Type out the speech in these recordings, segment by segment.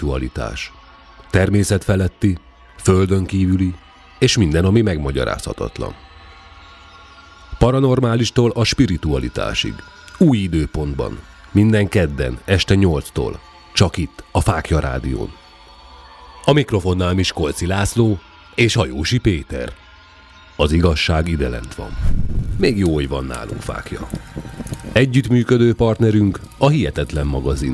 spiritualitás. Természet feletti, földön kívüli, és minden, ami megmagyarázhatatlan. Paranormálistól a spiritualitásig. Új időpontban. Minden kedden, este 8-tól. Csak itt, a Fáklya Rádión. A mikrofonnál Miskolci László és Hajósi Péter. Az igazság idelent van. Még jó, hogy van nálunk fákja. Együttműködő partnerünk a Hihetetlen magazin.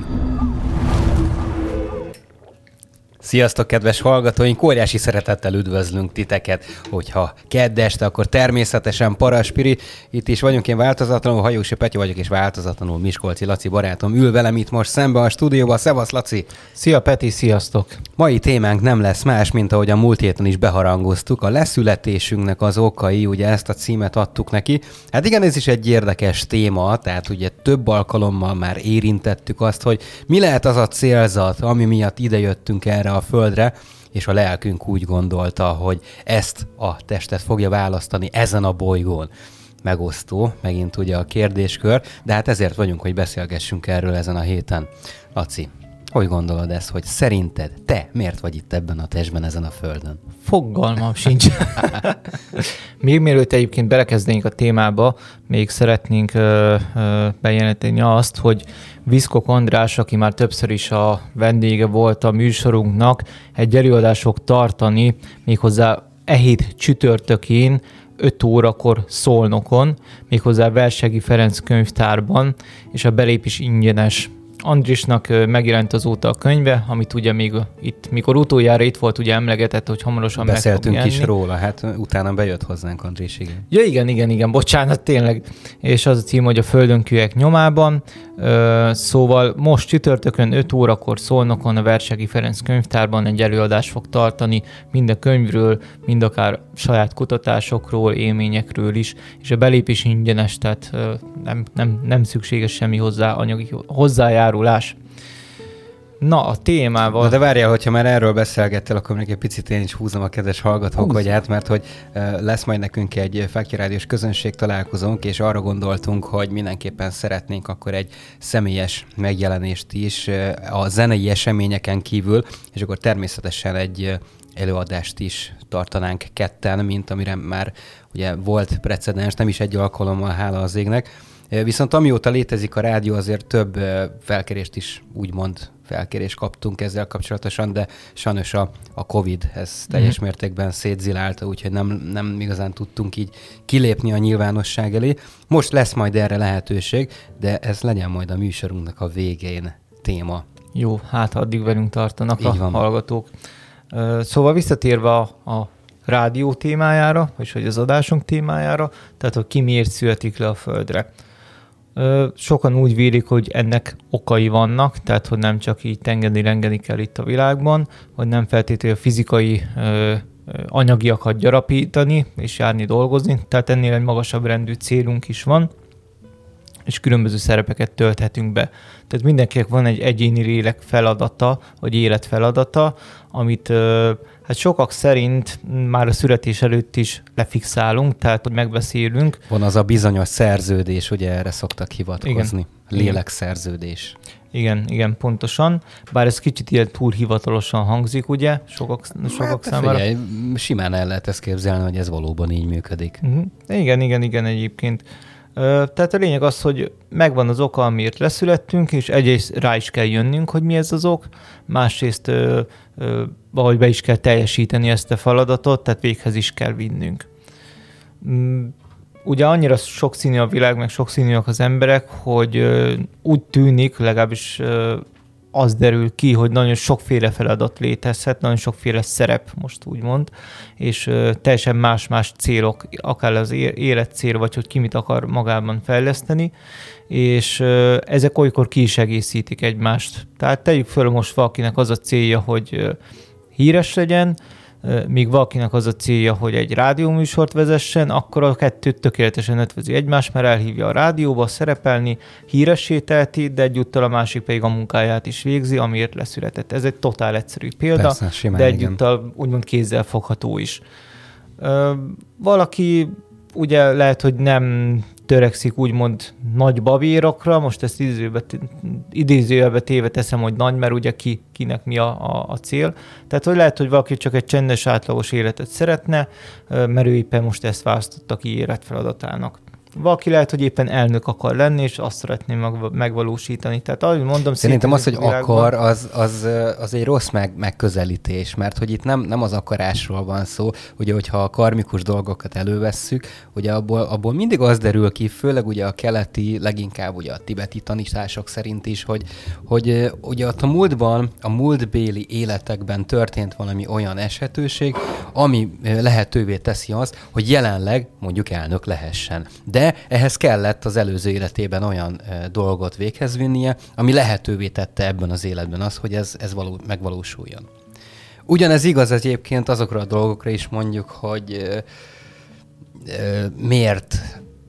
Sziasztok, kedves hallgatóink! Óriási szeretettel üdvözlünk titeket, hogyha kedd este, akkor természetesen Paraspiri. Itt is vagyunk, én változatlanul, Hajósi Petya vagyok, és változatlanul Miskolci Laci barátom ül velem itt most szembe a stúdióban. Szevasz, Laci! Szia, Peti, sziasztok! Mai témánk nem lesz más, mint ahogy a múlt héten is beharangoztuk. A leszületésünknek az okai, ugye ezt a címet adtuk neki. Hát igen, ez is egy érdekes téma, tehát ugye több alkalommal már érintettük azt, hogy mi lehet az a célzat, ami miatt idejöttünk erre a földre, és a lelkünk úgy gondolta, hogy ezt a testet fogja választani ezen a bolygón. Megosztó, megint ugye a kérdéskör, de hát ezért vagyunk, hogy beszélgessünk erről ezen a héten. Laci, hogy gondolod ezt, hogy szerinted te miért vagy itt ebben a testben, ezen a földön? Fogalmam sincs. Még mielőtt egyébként belekezdenénk a témába, még szeretnénk bejelenteni azt, hogy Viszkok András, aki már többször is a vendége volt a műsorunknak, egy előadást fog tartani, méghozzá hét csütörtökén, 5 órakor Szolnokon, méghozzá Versegi Ferenc könyvtárban, és a belépés ingyenes. Andrisnak megjelent azóta a könyve, amit ugye még itt, mikor utoljára itt volt, ugye emlegetett, hogy hamarosan beszéltünk meg fog is róla, hát utána bejött hozzánk Andris, igen. Ja, igen, bocsánat, tényleg. És az a cím, hogy a földönkőek nyomában. Szóval most csütörtökön 5 órakor Szolnokon a Versegi Ferenc könyvtárban egy előadást fog tartani, mind a könyvről, mind akár saját kutatásokról, élményekről is, és a belépés ingyenes, tehát nem szükséges semmi anyagi hozzájárulás. Na, a témával... Na de várjál, hogyha már erről beszélgettél, akkor még egy picit én is húzom a kedves hallgatók agyát, mert hogy lesz majd nekünk egy Fáklya Rádiós közönség találkozónk, és arra gondoltunk, hogy mindenképpen szeretnénk akkor egy személyes megjelenést is a zenei eseményeken kívül, és akkor természetesen egy előadást is tartanánk ketten, mint amire már ugye volt precedens, nem is egy alkalommal, hála az égnek. Viszont amióta létezik a rádió, azért több felkérést kaptunk ezzel kapcsolatosan, de sajnos a Covid ez teljes mértékben szétzilálta, úgyhogy nem igazán tudtunk így kilépni a nyilvánosság elé. Most lesz majd erre lehetőség, de ez legyen majd a műsorunknak a végén téma. Jó, hát addig velünk tartanak így a hallgatók. Szóval visszatérve a rádió témájára, vagy hogy az adásunk témájára, tehát hogy ki miért születik le a földre. Sokan úgy vélik, hogy ennek okai vannak, tehát hogy nem csak így tengeni-rengeni kell itt a világban, hogy nem feltétlenül fizikai anyagiakat gyarapítani és járni dolgozni, tehát ennél egy magasabb rendű célunk is van, és különböző szerepeket tölthetünk be. Tehát mindenkinek van egy egyéni lélek feladata, vagy életfeladata, amit hát sokak szerint már a születés előtt is lefixálunk, tehát hogy megbeszélünk. Van az a bizonyos szerződés, ugye erre szoktak hivatkozni. Igen. Lélekszerződés. Igen, pontosan. Bár ez kicsit ilyen túl hivatalosan hangzik, ugye, sokak számára. Figyelj, simán el lehet ezt képzelni, hogy ez valóban így működik. Igen, egyébként. Tehát a lényeg az, hogy megvan az oka, amiért leszülettünk, és egyrészt rá is kell jönnünk, hogy mi ez az ok, másrészt valahogy be is kell teljesíteni ezt a feladatot, tehát véghez is kell vinnünk. Ugye annyira sokszínű a világ, meg sokszínűek az emberek, hogy úgy tűnik, legalábbis az derül ki, hogy nagyon sokféle feladat létezhet, nagyon sokféle szerep, most úgymond, és teljesen más-más célok, akár az életcél, vagy hogy ki mit akar magában fejleszteni, és ezek olykor ki is egészítik egymást. Tehát tegyük föl most valakinek az a célja, hogy híres legyen, míg valakinek az a célja, hogy egy rádióműsort vezessen, akkor a kettőt tökéletesen ötvözi egymást, mert elhívja a rádióba szerepelni, híressé teheti, de egyúttal a másik pedig a munkáját is végzi, amiért leszületett. Ez egy totál egyszerű példa, persze, simán, de egyúttal úgymond kézzel fogható is. Valaki ugye lehet, hogy nem törekszik úgymond nagy babérokra, most ezt idézőjelbe téve teszem, hogy nagy, mert ugye kinek mi a cél. Tehát, hogy lehet, hogy valaki csak egy csendes, átlagos életet szeretne, mert ő éppen most ezt választotta ki életfeladatának. Valaki lehet, hogy éppen elnök akar lenni, és azt szeretné megvalósítani. Tehát ahogy mondom, szerintem az, hogy akar, az egy rossz megközelítés, mert hogy itt nem az akarásról van szó, ugye, hogyha a karmikus dolgokat elővesszük, ugye abból mindig az derül ki, főleg ugye a keleti, leginkább ugye a tibeti tanítások szerint is, hogy ugye ott a múltbéli életekben történt valami olyan esetőség, ami lehetővé teszi azt, hogy jelenleg mondjuk elnök lehessen. De ehhez kellett az előző életében olyan dolgot véghez vinnie, ami lehetővé tette ebben az életben az, hogy ez megvalósuljon. Ugyanez igaz egyébként azokra a dolgokra is, mondjuk, hogy miért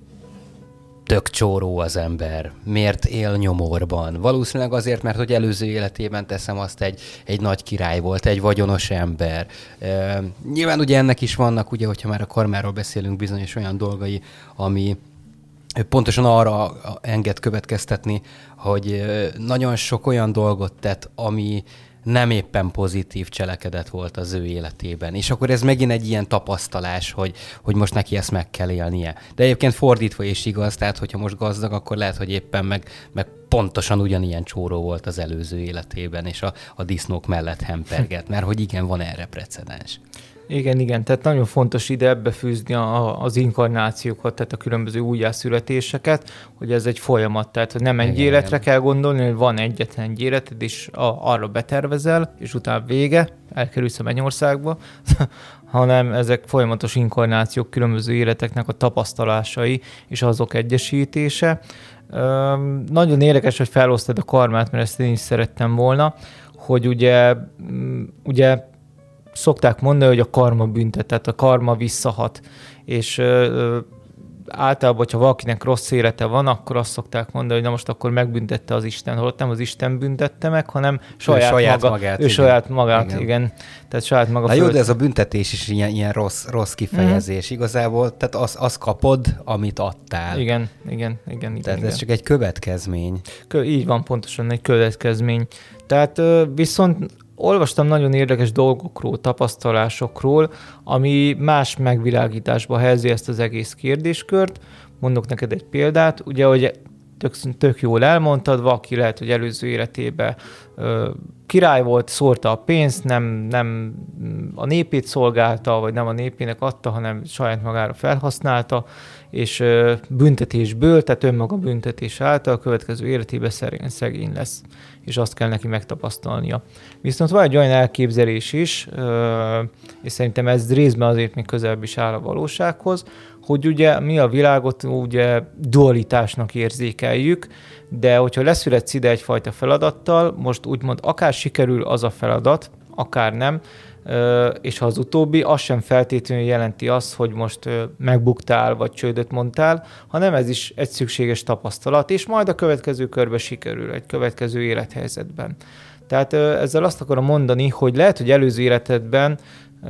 tök csóró az ember, miért él nyomorban. Valószínűleg azért, mert hogy előző életében teszem azt egy nagy király volt, egy vagyonos ember. Nyilván ugye ennek is vannak, ugye, hogyha már a karmáról beszélünk, bizonyos olyan dolgai, ami pontosan arra enged következtetni, hogy nagyon sok olyan dolgot tett, ami nem éppen pozitív cselekedet volt az ő életében. És akkor ez megint egy ilyen tapasztalás, hogy most neki ezt meg kell élnie. De egyébként fordítva is igaz, tehát hogyha most gazdag, akkor lehet, hogy éppen meg pontosan ugyanilyen csóró volt az előző életében, és a disznók mellett hemperget, mert hogy igen, van erre precedens. Igen, tehát nagyon fontos ide ebbefűzni az inkarnációkat, tehát a különböző újjászületéseket, hogy ez egy folyamat, tehát hogy nem egy életre kell gondolni, hogy van egyetlen egy életed, és arra betervezel, és utána vége, elkerülsz a mennyországba, hanem ezek folyamatos inkarnációk, különböző életeknek a tapasztalásai, és azok egyesítése. Nagyon érdekes, hogy felosztad a karmát, mert ezt én is szerettem volna, hogy ugye szokták mondani, hogy a karma büntet, tehát a karma visszahat. És általában, hogyha valakinek rossz élete van, akkor azt szokták mondani, hogy na most akkor megbüntette az Isten. Holott nem az Isten büntette meg, hanem saját magát. Igen. Tehát saját maga. Jó, de ez a büntetés is ilyen rossz kifejezés. Igazából, tehát azt kapod, amit adtál. Igen. Tehát ez csak egy következmény. Így van, pontosan egy következmény. Tehát viszont olvastam nagyon érdekes dolgokról, tapasztalásokról, ami más megvilágításba helyezi ezt az egész kérdéskört. Mondok neked egy példát. Ugye, hogy tök jól elmondtad, valaki lehet, hogy előző életében király volt, szórta a pénzt, nem a népét szolgálta, vagy nem a népének adta, hanem saját magára felhasználta, és büntetésből, tehát önmaga büntetés által a következő életében szegény lesz, és azt kell neki megtapasztalnia. Viszont van egy olyan elképzelés is, és szerintem ez részben azért még közelebb is áll a valósághoz, hogy ugye mi a világot ugye dualitásnak érzékeljük, de hogyha leszületsz ide egyfajta feladattal, most úgymond akár sikerül az a feladat, akár nem, és ha az utóbbi, az sem feltétlenül jelenti azt, hogy most megbuktál, vagy csődöt mondtál, hanem ez is egy szükséges tapasztalat, és majd a következő körbe sikerül, egy következő élethelyzetben. Tehát ezzel azt akarom mondani, hogy lehet, hogy előző életedben,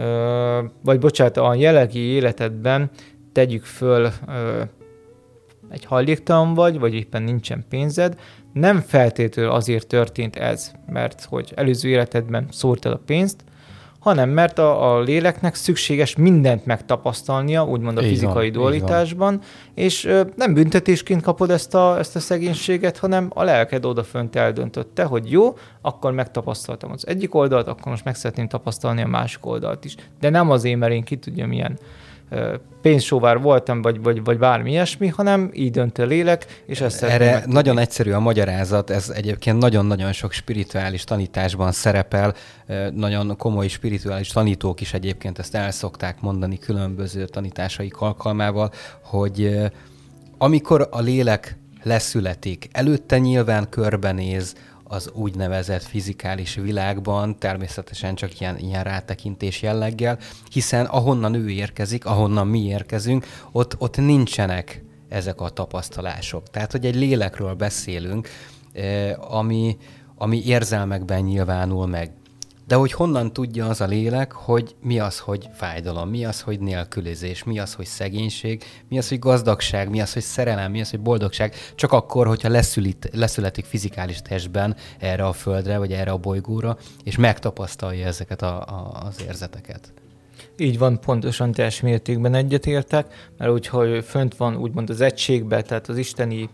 a jelenlegi életedben tegyük föl, egy hajléktalan vagy éppen nincsen pénzed, nem feltétlenül azért történt ez, mert hogy előző életedben szórtad a pénzt, hanem mert a léleknek szükséges mindent megtapasztalnia, úgymond a fizikai dualitásban, és nem büntetésként kapod ezt a szegénységet, hanem a lelked odafönt eldöntötte, hogy jó, akkor megtapasztaltam az egyik oldalt, akkor most meg szeretném tapasztalni a másik oldalt is. De nem azért, mert én ki tudja milyen pénzsóvár voltam, vagy bármi ilyesmi, hanem így dönt a lélek, és ezt erre nagyon egyszerű a magyarázat, ez egyébként nagyon-nagyon sok spirituális tanításban szerepel, nagyon komoly spirituális tanítók is egyébként ezt el szokták mondani különböző tanításaik alkalmával, hogy amikor a lélek leszületik, előtte nyilván körbenéz az úgynevezett fizikális világban, természetesen csak ilyen rátekintés jelleggel, hiszen ahonnan ő érkezik, ahonnan mi érkezünk, ott nincsenek ezek a tapasztalások. Tehát, hogy egy lélekről beszélünk, ami érzelmekben nyilvánul meg. de hogy honnan tudja az a lélek, hogy mi az, hogy fájdalom, mi az, hogy nélkülözés, mi az, hogy szegénység, mi az, hogy gazdagság, mi az, hogy szerelem, mi az, hogy boldogság, csak akkor, hogyha leszületik fizikális testben erre a földre, vagy erre a bolygóra, és megtapasztalja ezeket az érzeteket. Így van, pontosan teljes mértékben egyetértek, mert úgyhogy fönt van úgymond az egységben, tehát az isteni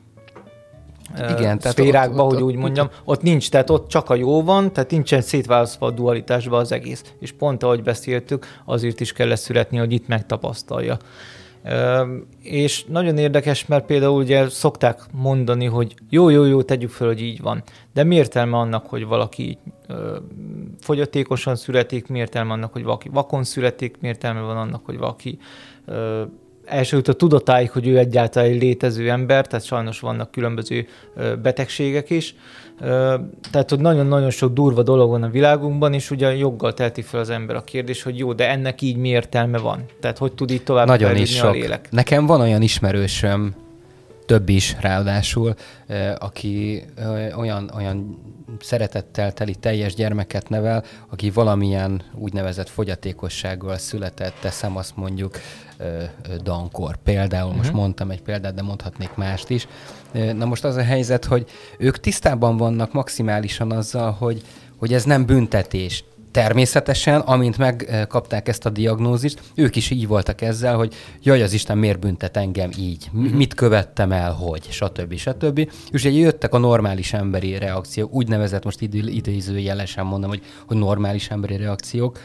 szférákban, hogy úgy mondjam, ott nincs, tehát ott csak a jó van, tehát nincsen szétválasztva a dualitásba az egész. És pont ahogy beszéltük, azért is kell születni, hogy itt megtapasztalja. És nagyon érdekes, mert például ugye szokták mondani, hogy jó, tegyük fel, hogy így van. De mi értelme annak, hogy valaki fogyatékosan születik, mi értelme annak, hogy valaki vakon születik, mi értelme van annak, hogy valaki elsőt a tudatáig, hogy ő egyáltalán egy létező ember, tehát sajnos vannak különböző betegségek is. Tehát, hogy nagyon-nagyon sok durva dolog van a világunkban, és ugye joggal teheti fel az ember a kérdés, hogy jó, de ennek így mi értelme van? Tehát, hogy tud így tovább fejlődni a lélek? Nekem van olyan ismerősöm, több is ráadásul, aki olyan szeretettel teli teljes gyermeket nevel, aki valamilyen úgynevezett fogyatékossággal született, teszem azt mondjuk Dankor. Például most mondtam egy példát, de mondhatnék mást is. Na most az a helyzet, hogy ők tisztában vannak maximálisan azzal, hogy ez nem büntetés. Természetesen, amint megkapták ezt a diagnózist, ők is így voltak ezzel, hogy jaj, az Isten miért büntet engem így? Mit követtem el, hogy? Stb. És ugye jöttek a normális emberi reakciók, úgynevezett, most idézőjelesen mondom, hogy normális emberi reakciók,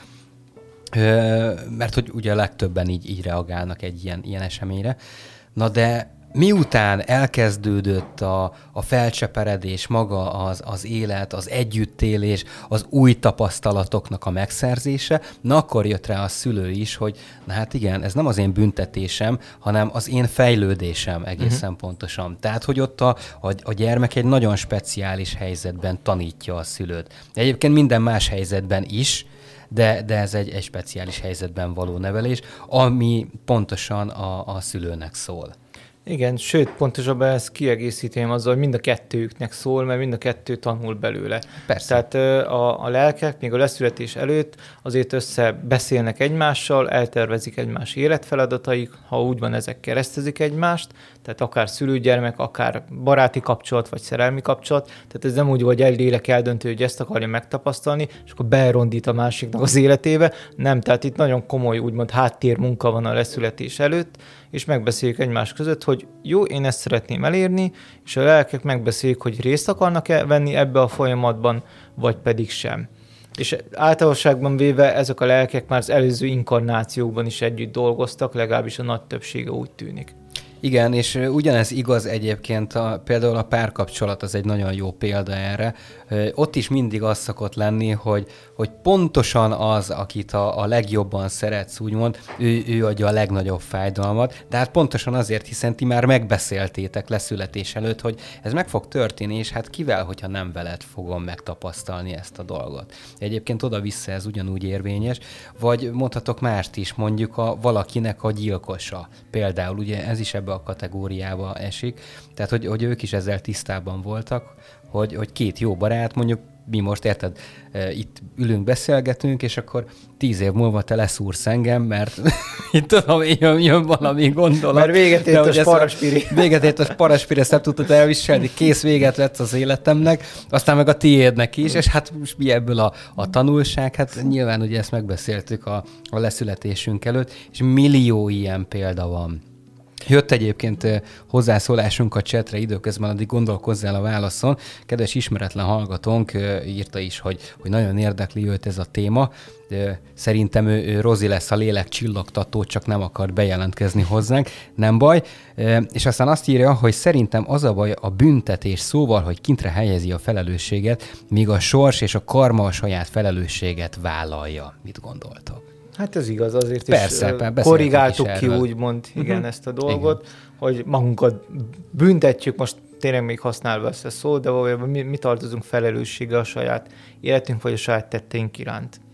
mert hogy ugye a legtöbben így reagálnak egy ilyen eseményre. Na de miután elkezdődött a felcseperedés, maga az élet, az együttélés, az új tapasztalatoknak a megszerzése, na akkor jött rá a szülő is, hogy na hát igen, ez nem az én büntetésem, hanem az én fejlődésem egészen pontosan. Tehát, hogy ott a gyermek egy nagyon speciális helyzetben tanítja a szülőt. Egyébként minden más helyzetben is, de ez egy speciális helyzetben való nevelés, ami pontosan a szülőnek szól. Igen, sőt, pontosabban ezt kiegészíteném azzal, hogy mind a kettőjüknek szól, mert mind a kettő tanul belőle. Persze. Tehát a lelkek még a leszületés előtt azért összebeszélnek egymással, eltervezik egymás életfeladataik, ha úgy van, ezek keresztezik egymást, tehát akár szülő-gyermek, akár baráti kapcsolat, vagy szerelmi kapcsolat. Tehát ez nem úgy, hogy egy lélek eldöntő, hogy ezt akarja megtapasztalni, és akkor berondít a másiknak az életébe. Nem, tehát itt nagyon komoly, úgymond háttérmunka van a leszületés előtt, és megbeszéljük egymás között, hogy jó, én ezt szeretném elérni, és a lelkek megbeszéljük, hogy részt akarnak-e venni ebbe a folyamatban, vagy pedig sem. És általánosságban véve ezek a lelkek már az előző inkarnációkban is együtt dolgoztak, legalábbis a nagy többsége úgy tűnik. Igen, és ugyanez igaz egyébként, például a párkapcsolat az egy nagyon jó példa erre. Ott is mindig az szokott lenni, hogy pontosan az, akit a legjobban szeretsz, úgymond, ő adja a legnagyobb fájdalmat, de hát pontosan azért, hiszen ti már megbeszéltétek leszületés előtt, hogy ez meg fog történni, és hát kivel, hogyha nem veled fogom megtapasztalni ezt a dolgot. Egyébként oda-vissza ez ugyanúgy érvényes, vagy mondhatok mást is, mondjuk valakinek a gyilkosa. Például ugye ez is ebbe a kategóriába esik, tehát hogy ők is ezzel tisztában voltak, hogy két jó barát, mondjuk mi most, érted, itt ülünk, beszélgetünk, és akkor 10 év múlva te leszúrsz engem, mert itt tudom, jön valami gondolat. Mert véget ért a sparaspiri. Véget ért a sparaspiri, ezt nem tudtad elviselni, kész, véget lett az életemnek, aztán meg a tiédnek is, és hát most mi ebből a tanulság? Hát nyilván ugye ezt megbeszéltük a leszületésünk előtt, és millió ilyen példa van. Jött egyébként hozzászólásunk a chatre időközben, addig gondolkozzál a válaszon. Kedves ismeretlen hallgatónk írta is, hogy nagyon érdekli őt ez a téma. Szerintem ő Rozi lesz a lélek csillogtató, csak nem akar bejelentkezni hozzánk. Nem baj. És aztán azt írja, hogy szerintem az a baj a büntetés szóval, hogy kintre helyezi a felelősséget, míg a sors és a karma a saját felelősséget vállalja. Mit gondoltok? Hát ez igaz, azért persze, is korrigáltuk ki úgymond ezt a dolgot, igen, hogy magunkat büntetjük, most tényleg még használva ezt a szót, de valójában mi tartozunk felelősséggel a saját életünk vagy a saját tetteink iránt.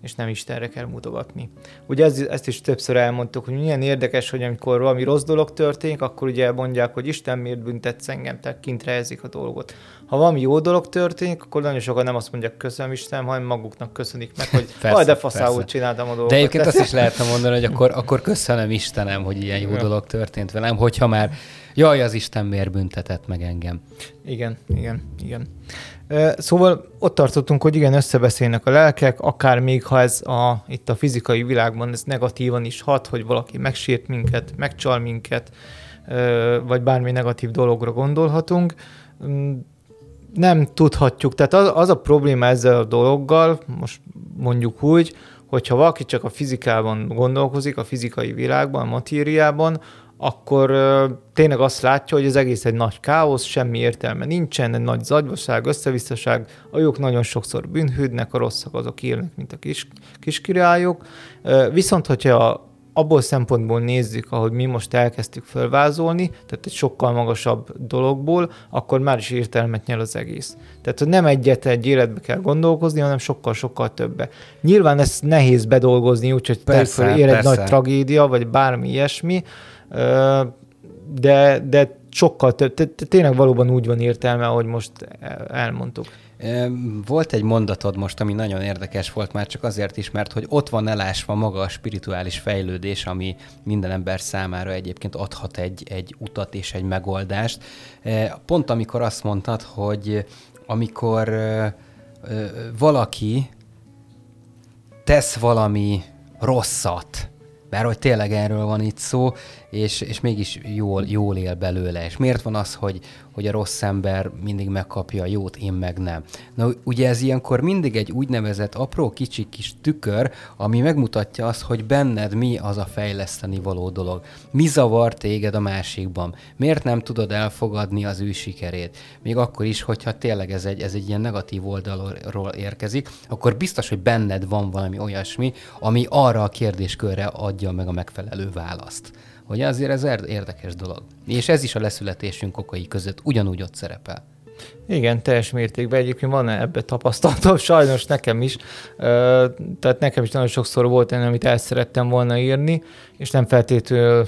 és nem Istenre kell mutogatni. Ugye ezt is többször elmondtuk, hogy milyen érdekes, hogy amikor valami rossz dolog történik, akkor ugye mondják, hogy Isten miért büntetsz engem, tehát kint helyezik a dolgot. Ha valami jó dolog történik, akkor nagyon sokan nem azt mondják, köszönöm Isten, hanem maguknak köszönik meg, hogy persze, de faszául csináltam a dolgokat. De egyébként azt is lehetne mondani, hogy akkor köszönöm Istenem, hogy ilyen jó dolog történt velem, hogyha már jaj, az Isten miért büntetett meg engem. Igen. Szóval ott tartottunk, hogy igen, összebeszélnek a lelkek, akár még ha ez itt a fizikai világban ez negatívan is hat, hogy valaki megsért minket, megcsal minket, vagy bármi negatív dologra gondolhatunk. Nem tudhatjuk, tehát az a probléma ezzel a dologgal, most mondjuk úgy, hogyha valaki csak a fizikában gondolkozik, a fizikai világban, a matériában, akkor tényleg azt látja, hogy az egész egy nagy káosz, semmi értelme nincsen, egy nagy zagyvaság, összevisszaság, a jók nagyon sokszor bűnhődnek, a rosszak azok élnek, mint a kiskirályok. Viszont, hogyha abból szempontból nézzük, ahogy mi most elkezdtük fölvázolni, tehát egy sokkal magasabb dologból, akkor már is értelmet nyer az egész. Tehát, hogy nem egy életbe kell gondolkozni, hanem sokkal-sokkal többe. Nyilván ezt nehéz bedolgozni, úgyhogy ér egy nagy tragédia, vagy bármi ilyesmi, de sokkal több, tényleg valóban úgy van értelme, ahogy most elmondtuk. Volt egy mondatod most, ami nagyon érdekes volt már csak azért is, mert hogy ott van elásva maga a spirituális fejlődés, ami minden ember számára egyébként adhat egy utat és egy megoldást. Pont amikor azt mondtad, hogy amikor valaki tesz valami rosszat, mert hogy tényleg erről van itt szó, és mégis jól él belőle. És miért van az, hogy a rossz ember mindig megkapja a jót, én meg nem? Na ugye ez ilyenkor mindig egy úgynevezett apró kicsi kis tükör, ami megmutatja azt, hogy benned mi az a fejleszteni való dolog. Mi zavar téged a másikban? Miért nem tudod elfogadni az ő sikerét? Még akkor is, hogyha tényleg ez egy ilyen negatív oldalról érkezik, akkor biztos, hogy benned van valami olyasmi, ami arra a kérdéskörre adja meg a megfelelő választ. Hogy azért ez érdekes dolog. És ez is a leszületésünk okai között ugyanúgy ott szerepel. Igen, teljes mértékben. Egyébként van ebbe tapasztalatom, sajnos nekem is. Tehát nekem is nagyon sokszor volt ennél, amit el szerettem volna írni, és nem feltétlenül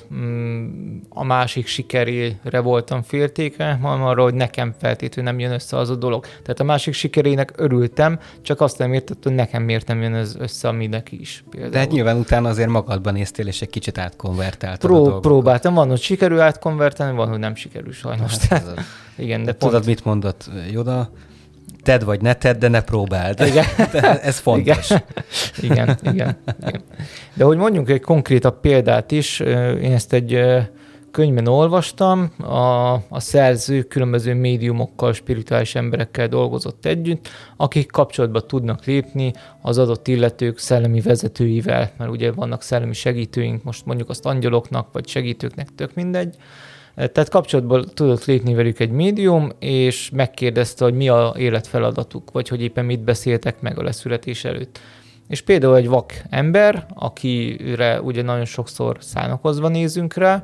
a másik sikerére voltam féltékeny, hanem arra, hogy nekem feltétlenül nem jön össze az a dolog. Tehát a másik sikerének örültem, csak azt nem értettem, hogy nekem miért nem jön ez össze, ami neki is. Például. De hát nyilván utána azért magadban néztél, és egy kicsit átkonvertáltad a dolgokat. Próbáltam, van, hogy sikerül átkonvertálni, van, hogy nem sikerül sajnos. Hát, igen, de tudod, mit mondott Yoda? Tedd vagy ne tedd, de ne próbáld. Igen. Ez fontos. Igen. De hogy mondjunk egy konkrétabb példát is, én ezt egy könyvben olvastam, a szerző különböző médiumokkal, spirituális emberekkel dolgozott együtt, akik kapcsolatba tudnak lépni az adott illetők szellemi vezetőivel, mert ugye vannak szellemi segítőink, most mondjuk azt angyaloknak, vagy segítőknek, tök mindegy. Tehát kapcsolatban tudott lépni velük egy médium, és megkérdezte, hogy mi a életfeladatuk, vagy hogy éppen mit beszéltek meg a leszületés előtt. És például egy vak ember, akire ugye nagyon sokszor szánakozva nézünk rá,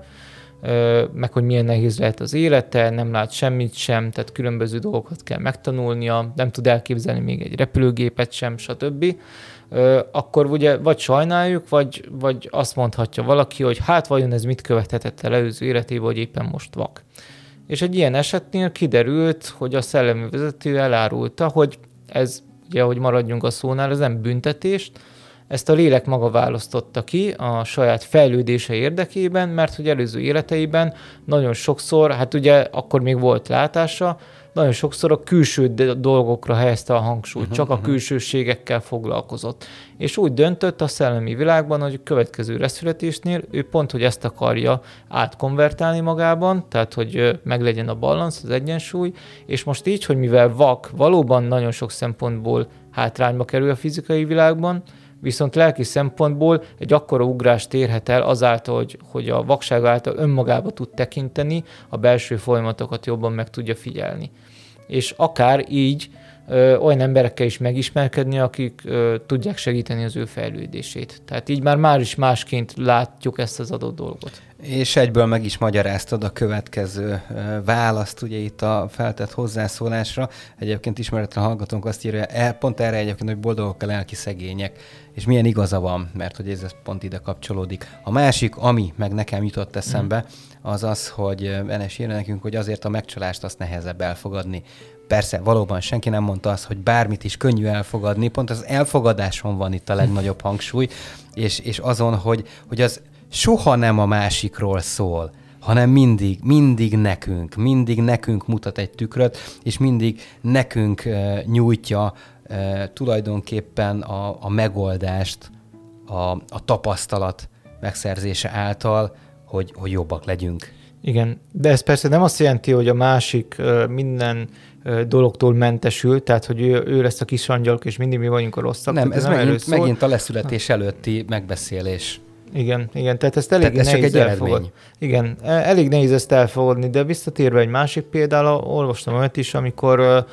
meg hogy milyen nehéz lehet az élete, nem lát semmit sem, tehát különböző dolgokat kell megtanulnia, nem tud elképzelni még egy repülőgépet sem, stb. Akkor ugye vagy sajnáljuk, vagy azt mondhatja valaki, hogy hát vajon ez mit követhetett el előző életében, vagy éppen most vak. És egy ilyen esetnél kiderült, hogy a szellemi vezető elárulta, hogy ez, ugye, hogy maradjunk a szónál, ez nem büntetést, ezt a lélek maga választotta ki a saját fejlődése érdekében, mert hogy előző életeiben nagyon sokszor, hát ugye akkor még volt látása, nagyon sokszor a külső dolgokra helyezte a hangsúlyt, csak a külsőségekkel foglalkozott. És úgy döntött a szellemi világban, hogy a következő leszületésnél ő pont, hogy ezt akarja átkonvertálni magában, tehát hogy meglegyen a balansz, az egyensúly, és most így, hogy mivel vak valóban nagyon sok szempontból hátrányba kerül a fizikai világban, viszont lelki szempontból egy akkora ugrást érhet el azáltal, hogy a vakság által önmagába tud tekinteni, a belső folyamatokat jobban meg tudja figyelni. És akár így olyan emberekkel is megismerkedni, akik tudják segíteni az ő fejlődését. Tehát így már is másként látjuk ezt az adott dolgot. És egyből meg is magyaráztad a következő választ, ugye itt a feltett hozzászólásra. Egyébként ismeretlen hallgatónk azt írja, pont erre egyébként, hogy boldogok a lelki szegények, és milyen igaza van, mert hogy ez pont ide kapcsolódik. A másik, ami meg nekem jutott eszembe, az az, hogy Enes írja nekünk, hogy azért a megcsalást azt nehezebb elfogadni. Persze, valóban senki nem mondta azt, hogy bármit is könnyű elfogadni, pont az elfogadáson van itt a legnagyobb hangsúly, és azon, hogy az soha nem a másikról szól, hanem mindig nekünk mutat egy tükröt, és mindig nekünk nyújtja tulajdonképpen a megoldást a tapasztalat megszerzése által, hogy jobbak legyünk. Igen, de ez persze nem azt jelenti, hogy a másik minden dologtól mentesül, tehát hogy ő lesz a kis angyalok, és mindig mi vagyunk a rosszak. Nem, ez megint a leszületés előtti megbeszélés. Igen, tehát ezt elég nehéz elfogadni. Igen, elég nehéz ezt elfogadni, de visszatérve egy másik példára, olvastam olyat is, amikor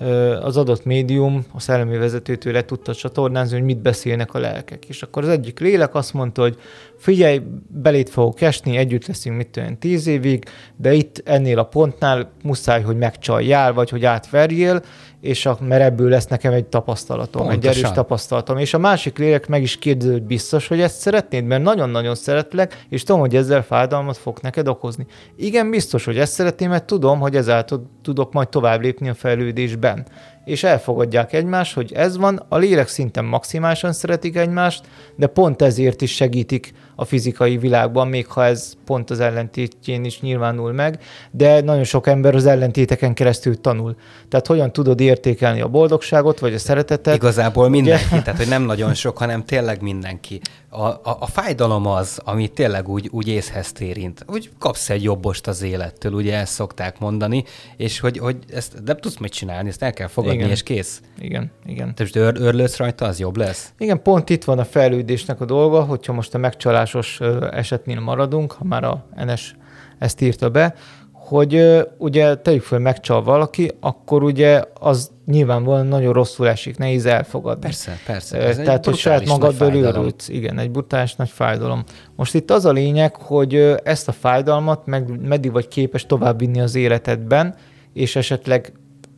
az adott médium a szellemi vezetőtől le tudta csatornázni, hogy mit beszélnek a lelkek. És akkor az egyik lélek azt mondta, hogy figyelj, beléd fogok esni, együtt leszünk 10 évig, de itt ennél a pontnál muszáj, hogy megcsaljál, vagy hogy átverjél, mert ebből lesz nekem egy tapasztalatom, pontosan. Egy erős tapasztalatom. És a másik lélek meg is kérdezi, hogy biztos, hogy ezt szeretnéd, mert nagyon-nagyon szeretlek, és tudom, hogy ezzel fájdalmat fog neked okozni. Igen, biztos, hogy ezt szeretném, mert tudom, hogy ezáltal tudok majd tovább lépni a fejlődésben. És elfogadják egymást, hogy ez van, a lélek szinten maximálisan szeretik egymást, de pont ezért is segítik a fizikai világban, még ha ez pont az ellentétjén is nyilvánul meg, de nagyon sok ember az ellentéteken keresztül tanul. Tehát hogyan tudod értékelni a boldogságot, vagy a szeretetet? Igazából mindenki, tehát hogy nem nagyon sok, hanem tényleg mindenki. A fájdalom az, ami tényleg úgy észhez érint. Úgy kapsz egy jobbost az élettől, ugye ezt szokták mondani, és hogy ezt nem tudsz mit csinálni, ezt el kell fogadni, igen. És kész. Igen. Tehát örlődsz rajta, az jobb lesz? Igen, pont itt van a fejlődésnek a dolga, hogyha most a megcsalásos esetnél maradunk, ha már a Enes ezt írta be, hogy ugye tegyük föl, megcsal valaki, akkor ugye az nyilvánvalóan nagyon rosszul esik, nehéz elfogadni. Persze. Tehát, hogy saját magaddal őrülsz. Igen, egy brutális nagy fájdalom. Most itt az a lényeg, hogy ezt a fájdalmat meddig vagy képes továbbvinni az életedben, és esetleg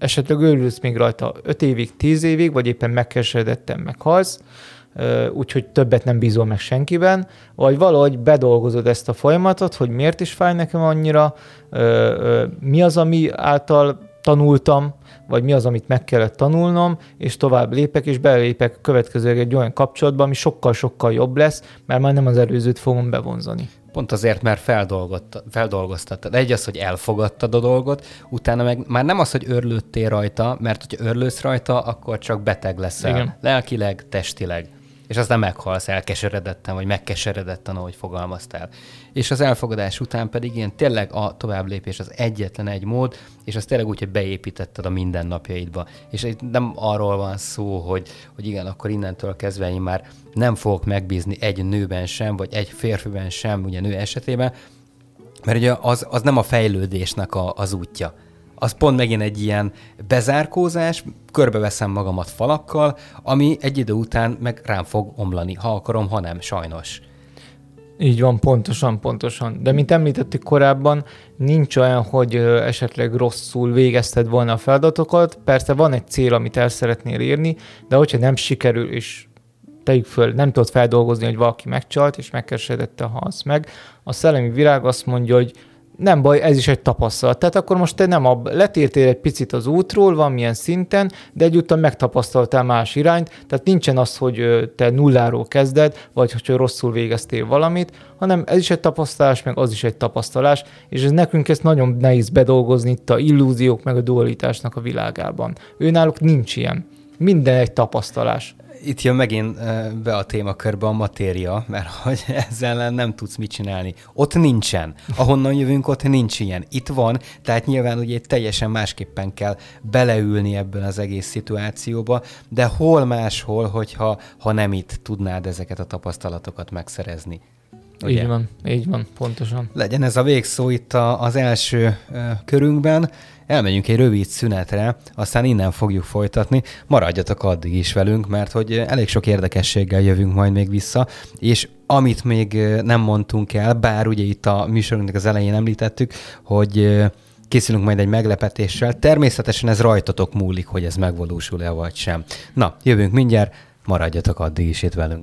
őrülsz még rajta 5 évig, 10 évig, vagy éppen megkeseredetten meghalsz, úgyhogy többet nem bízol meg senkiben, vagy valahogy bedolgozod ezt a folyamatot, hogy miért is fáj nekem annyira, mi az, ami által tanultam, vagy mi az, amit meg kellett tanulnom, és tovább lépek, és belépek következőleg egy olyan kapcsolatba, ami sokkal-sokkal jobb lesz, mert már nem az előzőt fogom bevonzani. Pont azért, mert feldolgoztattad. Egy az, hogy elfogadtad a dolgot, utána meg már nem az, hogy örlődtél rajta, mert hogyha örlődsz rajta, akkor csak beteg leszel. Igen. Lelkileg, testileg. És aztán meghalsz elkeseredetten, vagy megkeseredetten, ahogy fogalmaztál. És az elfogadás után pedig ilyen tényleg a továbblépés az egyetlen egy mód, és az tényleg úgy, hogy beépítetted a mindennapjaidba. És nem arról van szó, hogy igen, akkor innentől kezdve én már nem fogok megbízni egy nőben sem, vagy egy férfiben sem, ugye nő esetében, mert ugye az nem a fejlődésnek az útja. Az pont megint egy ilyen bezárkózás, körbeveszem magamat falakkal, ami egy idő után meg rám fog omlani, ha akarom, ha nem, sajnos. Így van, pontosan. De mint említettük korábban, nincs olyan, hogy esetleg rosszul végezted volna a feladatokat. Persze van egy cél, amit el szeretnél érni, de hogyha nem sikerül, és tegyük föl, nem tudod feldolgozni, hogy valaki megcsalt, és megkeresedette, halsz meg, a szellemi világ azt mondja, hogy nem baj, ez is egy tapasztalat. Tehát akkor most te nem letértél egy picit az útról, valamilyen szinten, de egyúttal megtapasztaltál más irányt, tehát nincsen az, hogy te nulláról kezded, vagy hogy rosszul végeztél valamit, hanem ez is egy tapasztalás, meg az is egy tapasztalás, és ez nekünk ezt nagyon nehéz bedolgozni itt a illúziók, meg a dualitásnak a világában. Őnáluk nincs ilyen. Minden egy tapasztalás. Itt jön megint be a témakörbe a matéria, mert hogy ezzel nem tudsz mit csinálni. Ott nincsen. Ahonnan jövünk, ott nincs ilyen. Itt van, tehát nyilván ugye teljesen másképpen kell beleülni ebben az egész szituációba, de hol máshol, hogyha nem itt tudnád ezeket a tapasztalatokat megszerezni. Ugye? Így van, pontosan. Legyen ez a végszó itt az első körünkben. Elmegyünk egy rövid szünetre, aztán innen fogjuk folytatni. Maradjatok addig is velünk, mert hogy elég sok érdekességgel jövünk majd még vissza, és amit még nem mondtunk el, bár ugye itt a műsorunknak az elején említettük, hogy készülünk majd egy meglepetéssel. Természetesen ez rajtatok múlik, hogy ez megvalósul-e vagy sem. Na, jövünk mindjárt, maradjatok addig is itt velünk.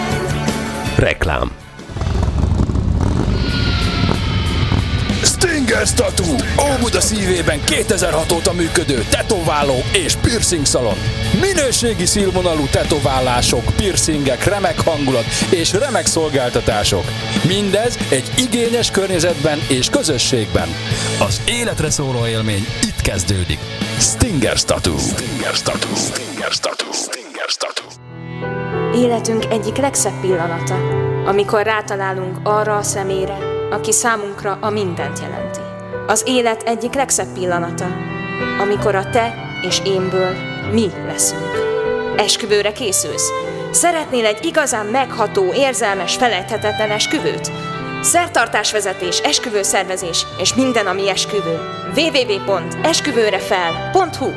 Reklám. Stinger! Stingers Tattoo, Óbuda szívében 2006 óta működő tetováló és piercing szalon. Minőségi színvonalú tetoválások, piercingek, remek hangulat és remek szolgáltatások. Mindez egy igényes környezetben és közösségben. Az életre szóló élmény itt kezdődik. Stingers Tattoo. Stingers Tattoo. Stingers Tattoo. Stingers Tattoo. Életünk egyik legszebb pillanata, amikor rátalálunk arra a személyre, aki számunkra a mindent jelenti. Az élet egyik legszebb pillanata, amikor a te és énből mi leszünk. Esküvőre készülsz? Szeretnél egy igazán megható, érzelmes, felejthetetlen esküvőt? Szertartásvezetés, esküvőszervezés és minden, ami esküvő. www.esküvőrefel.hu.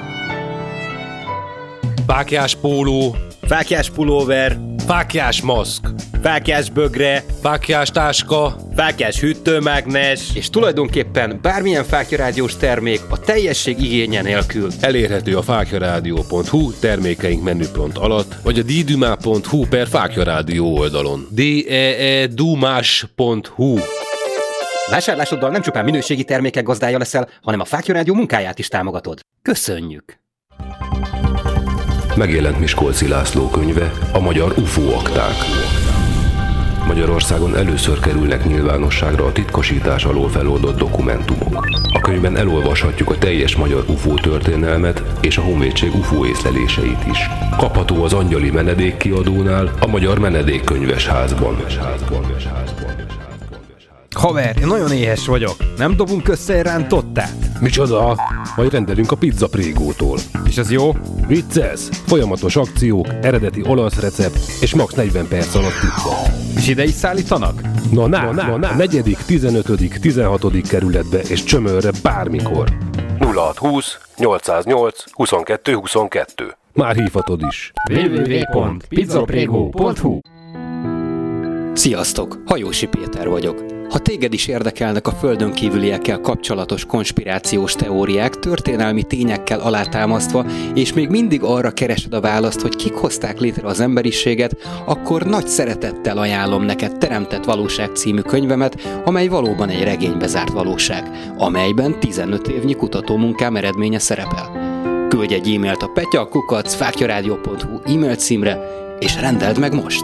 Fáklyás póló, Fáklyás pulóver, fáklyás maszk, fáklyás bögre, fáklyás táska, fáklyás hűtőmágnes, És tulajdonképpen bármilyen fáklyaradiós termék a teljesség igénye nélkül. elérhető a fáklyaradio.hu termékeink menüpont alatt, vagy a ddumás.hu/fáklyaradio oldalon. deedumás.hu. Vásárlásoddal nem csupán minőségi termékek gazdája leszel, hanem a Fáklya Rádió munkáját is támogatod. Köszönjük! Megjelent Miskolci László könyve, a magyar UFO akták. Magyarországon először kerülnek nyilvánosságra a titkosítás alól feloldott dokumentumok. A könyvben elolvashatjuk a teljes magyar UFO történelmet és a honvédség UFO észleléseit is. Kapható az Angyali Menedék kiadónál, a Magyar Menedékkönyvesházban. Haver, én nagyon éhes vagyok. Nem dobunk össze egy rántottát? Micsoda? Majd rendelünk a Pizza Prégótól. És az jó? Vicces! Folyamatos akciók, eredeti olasz recept és max. 40 perc alatt pizza. És ide is szállítanak? Na, a 4., 15., 16. kerületbe és Csömörre bármikor. 0620 808 22 22. Már hívhatod is. www.pizzaprego.hu. Sziasztok, Hajósi Péter vagyok. Ha téged is érdekelnek a földön kívüliekkel kapcsolatos konspirációs teóriák, történelmi tényekkel alátámasztva, és még mindig arra keresed a választ, hogy kik hozták létre az emberiséget, akkor nagy szeretettel ajánlom neked Teremtett Valóság című könyvemet, amely valóban egy regénybe zárt valóság, amelyben 15 évnyi kutatómunkám eredménye szerepel. Küldj egy e-mailt a petya@fáklyaradio.hu e-mail címre, és rendeld meg most!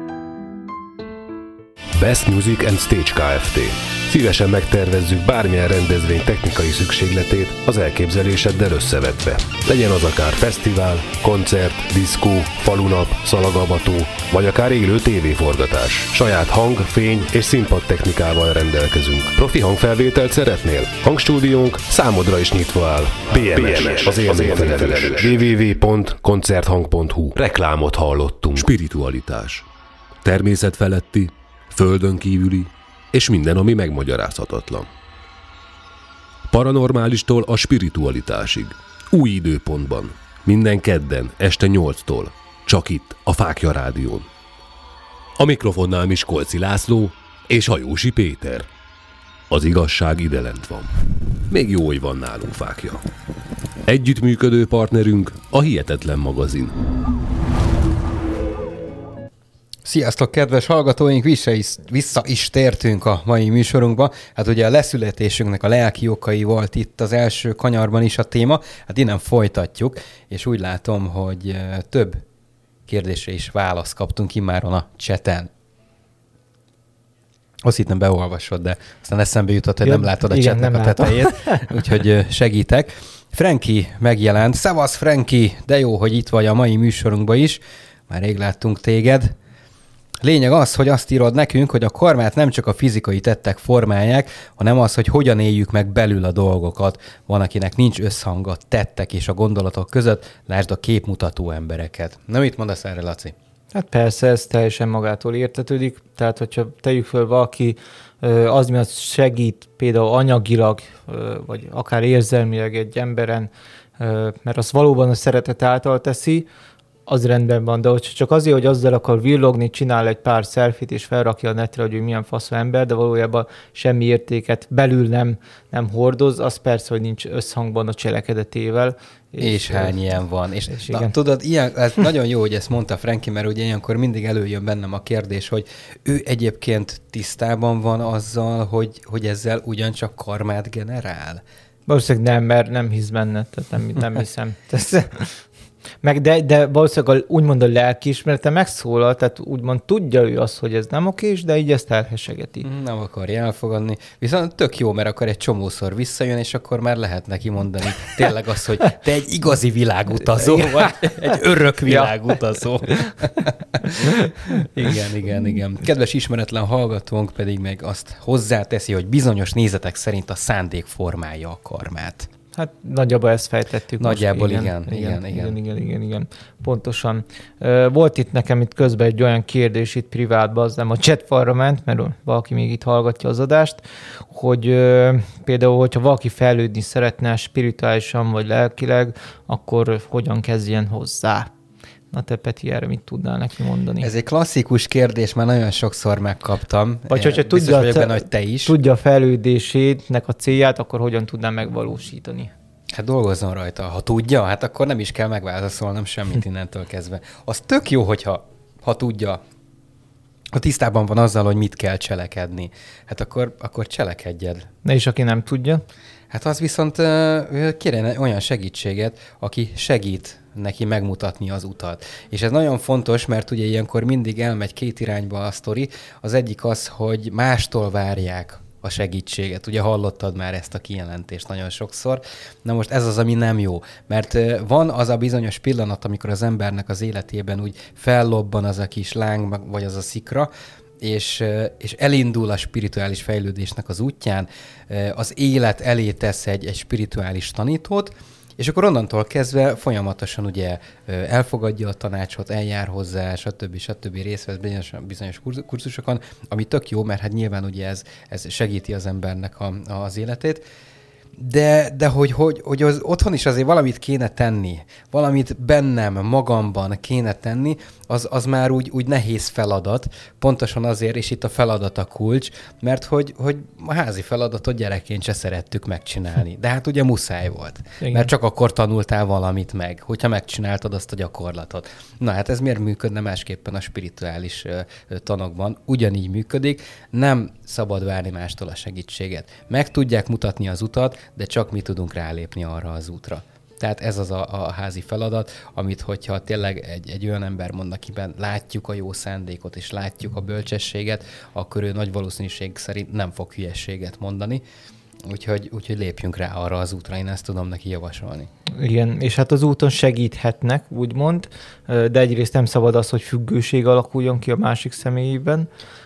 Best Music and Stage Kft. Szívesen megtervezzük bármilyen rendezvény technikai szükségletét az elképzeléseddel összevetve. Legyen az akár fesztivál, koncert, diszkó, falunap, szalagavató, vagy akár élő tévéforgatás. Saját hang, fény és színpad technikával rendelkezünk. Profi hangfelvételt szeretnél? Hangstúdiónk számodra is nyitva áll. BMS, az élményfelelős. www.koncerthang.hu. Reklámot hallottunk. Spiritualitás. Természetfeletti, földön kívüli, és minden, ami megmagyarázhatatlan. Paranormálistól a spiritualitásig. Új időpontban. Minden kedden, este 8-tól. Csak itt, a Fáklya Rádión. A mikrofonnál Miskolci László és Hajósi Péter. Az igazság idelent van. Még jó, hogy van nálunk fákja. Együttműködő partnerünk a Hihetetlen magazin. Sziasztok, kedves hallgatóink! Vissza is tértünk a mai műsorunkba. Hát ugye a leszületésünknek a lelki okai volt itt az első kanyarban is a téma. Hát innen folytatjuk, és úgy látom, hogy több kérdésre is választ kaptunk immáron a chaten. Azt hittem beolvasod, de aztán eszembe jutott, hogy nem látod a chatnek a tetejét, úgyhogy segítek. Franki megjelent. Szevasz, Franki! De jó, hogy itt vagy a mai műsorunkban is. Már rég láttunk téged. Lényeg az, hogy azt írod nekünk, hogy a karmát nem csak a fizikai tettek formálják, hanem az, hogy hogyan éljük meg belül a dolgokat. Van, akinek nincs összhang a tettek és a gondolatok között, lásd a képmutató embereket. Na, mit mondasz erre, Laci? Hát persze, ez teljesen magától értetődik. Tehát, hogyha tegyük föl valaki az miatt segít például anyagilag, vagy akár érzelmileg egy emberen, mert az valóban a szeretet által teszi, az rendben van, de hogyha csak azért, hogy azzal akar villogni, csinál egy pár selfit és felrakja a netre, hogy ő milyen faszú ember, de valójában semmi értéket belül nem hordoz, az persze, hogy nincs összhangban a cselekedetével. És hány ilyen van. És igen. Tudod, ez nagyon jó, hogy ezt mondta Frankie, mert ugye ilyenkor mindig előjön bennem a kérdés, hogy ő egyébként tisztában van azzal, hogy ezzel ugyancsak karmát generál? Valószínűleg nem, mert nem hisz benne, tehát nem hiszem. De valószínűleg úgymond a lelkiismerete megszólal, tehát úgymond tudja ő azt, hogy ez nem okés, de így ezt elhessegeti. Nem akarja elfogadni. Viszont tök jó, mert akkor egy csomószor visszajön, és akkor már lehet neki mondani tényleg azt, hogy te egy igazi világutazó vagy, egy örök világutazó. Igen. Kedves ismeretlen hallgatónk pedig meg azt hozzáteszi, hogy bizonyos nézetek szerint a szándék formálja a karmát. Hát nagyjából ezt fejtettük. Nagyjából most. Igen. Pontosan. Volt itt nekem itt közben egy olyan kérdés itt privátban, az nem a chatfalra ment, mert valaki még itt hallgatja az adást, hogy például, hogyha valaki fejlődni szeretne spirituálisan vagy lelkileg, akkor hogyan kezdjen hozzá? Na te, Peti, erre mit tudnál neki mondani? Ez egy klasszikus kérdés, már nagyon sokszor megkaptam. Vagy hogyha tudja a fejlődésének a célját, akkor hogyan tudná megvalósítani? Hát dolgozzon rajta. Ha tudja, hát akkor nem is kell megválaszolnom semmit innentől kezdve. Az tök jó, hogyha tudja, ha tisztában van azzal, hogy mit kell cselekedni. Hát akkor cselekedjed. De és aki nem tudja? Hát az viszont kérjen olyan segítséget, aki segít neki megmutatni az utat. És ez nagyon fontos, mert ugye ilyenkor mindig elmegy két irányba a sztori. Az egyik az, hogy mástól várják a segítséget. Ugye hallottad már ezt a kijelentést nagyon sokszor. Na most ez az, ami nem jó. Mert van az a bizonyos pillanat, amikor az embernek az életében úgy fellobban az a kis láng, vagy az a szikra, és elindul a spirituális fejlődésnek az útján, az élet elé tesz egy spirituális tanítót, és akkor onnantól kezdve folyamatosan ugye elfogadja a tanácsot, eljár hozzá, stb. Részt vesz bizonyos kurzusokon, ami tök jó, mert hát nyilván ugye ez segíti az embernek az életét. De hogy az otthon is azért valamit kéne tenni, valamit bennem, magamban kéne tenni, az már úgy nehéz feladat, pontosan azért, és itt a feladat a kulcs, mert hogy a házi feladatot gyerekként se szerettük megcsinálni. De hát ugye muszáj volt, igen. Mert csak akkor tanultál valamit meg, hogyha megcsináltad azt a gyakorlatot. Na hát ez miért működne másképpen a spirituális tanokban? Ugyanígy működik, nem szabad várni mástól a segítséget. Meg tudják mutatni az utat, de csak mi tudunk rálépni arra az útra. Tehát ez az a házi feladat, amit hogyha tényleg egy olyan ember mond, akiben látjuk a jó szándékot és látjuk a bölcsességet, akkor ő nagy valószínűség szerint nem fog hülyességet mondani. Úgyhogy lépjünk rá arra az útra, én ezt tudom neki javasolni. Igen, és hát az úton segíthetnek, úgymond, de egyrészt nem szabad az, hogy függőség alakuljon ki a másik személyében,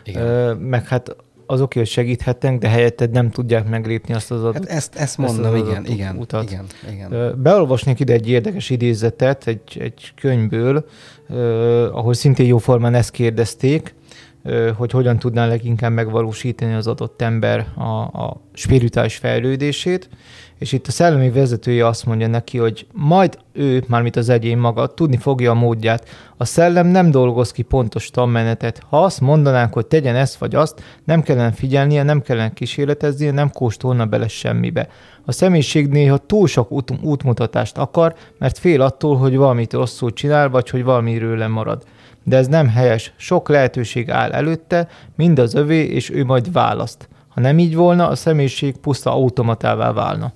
meg hát az oké, hogy segíthetnek, de helyetted nem tudják meglépni azt az adott hát ezt mondom, utat. Igen. Beolvasnék ide egy érdekes idézetet egy könyvből, ahol szintén jóformán ezt kérdezték, hogy hogyan tudná leginkább megvalósítani az adott ember a spirituális fejlődését, és itt a szellemi vezetője azt mondja neki, hogy majd ő, mármint az egyén maga, tudni fogja a módját. A szellem nem dolgoz ki pontos tanmenetet. Ha azt mondanánk, hogy tegyen ezt vagy azt, nem kellene figyelnie, nem kellene kísérleteznie, nem kóstolna bele semmibe. A személyiség néha túl sok útmutatást akar, mert fél attól, hogy valamit rosszul csinál, vagy hogy valamiről lemarad. De ez nem helyes. Sok lehetőség áll előtte, mind az övé, és ő majd választ. Ha nem így volna, a személyiség puszta automatává válna.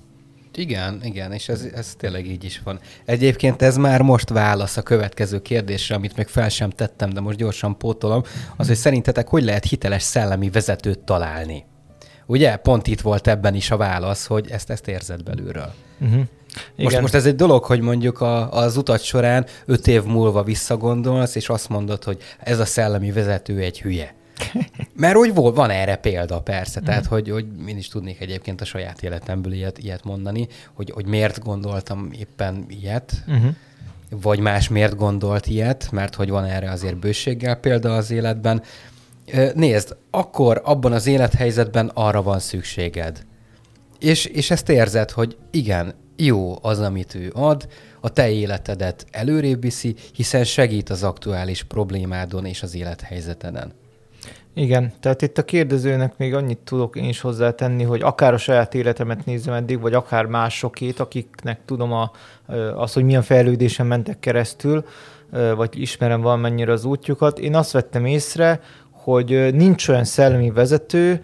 Igen, és ez tényleg így is van. Egyébként ez már most válasz a következő kérdésre, amit még fel sem tettem, de most gyorsan pótolom, az, hogy szerintetek hogy lehet hiteles szellemi vezetőt találni? Ugye? Pont itt volt ebben is a válasz, hogy ezt érzed belülről. Most ez egy dolog, hogy mondjuk az utat során 5 év múlva visszagondolsz, és azt mondod, hogy ez a szellemi vezető egy hülye. Mert úgy van erre példa, persze. Tehát, hogy én is tudnék egyébként a saját életemből ilyet mondani, hogy miért gondoltam éppen ilyet, vagy más miért gondolt ilyet, mert hogy van erre azért bőséggel példa az életben. Nézd, akkor abban az élethelyzetben arra van szükséged. És ezt érzed, hogy igen, jó az, amit ő ad, a te életedet előrébb viszi, hiszen segít az aktuális problémádon és az élethelyzeteden. Igen, tehát itt a kérdezőnek még annyit tudok én is hozzátenni, hogy akár a saját életemet nézem eddig, vagy akár másokét, akiknek tudom az, hogy milyen fejlődésen mentek keresztül, vagy ismerem valamennyire az útjukat. Én azt vettem észre, hogy nincs olyan szellemi vezető,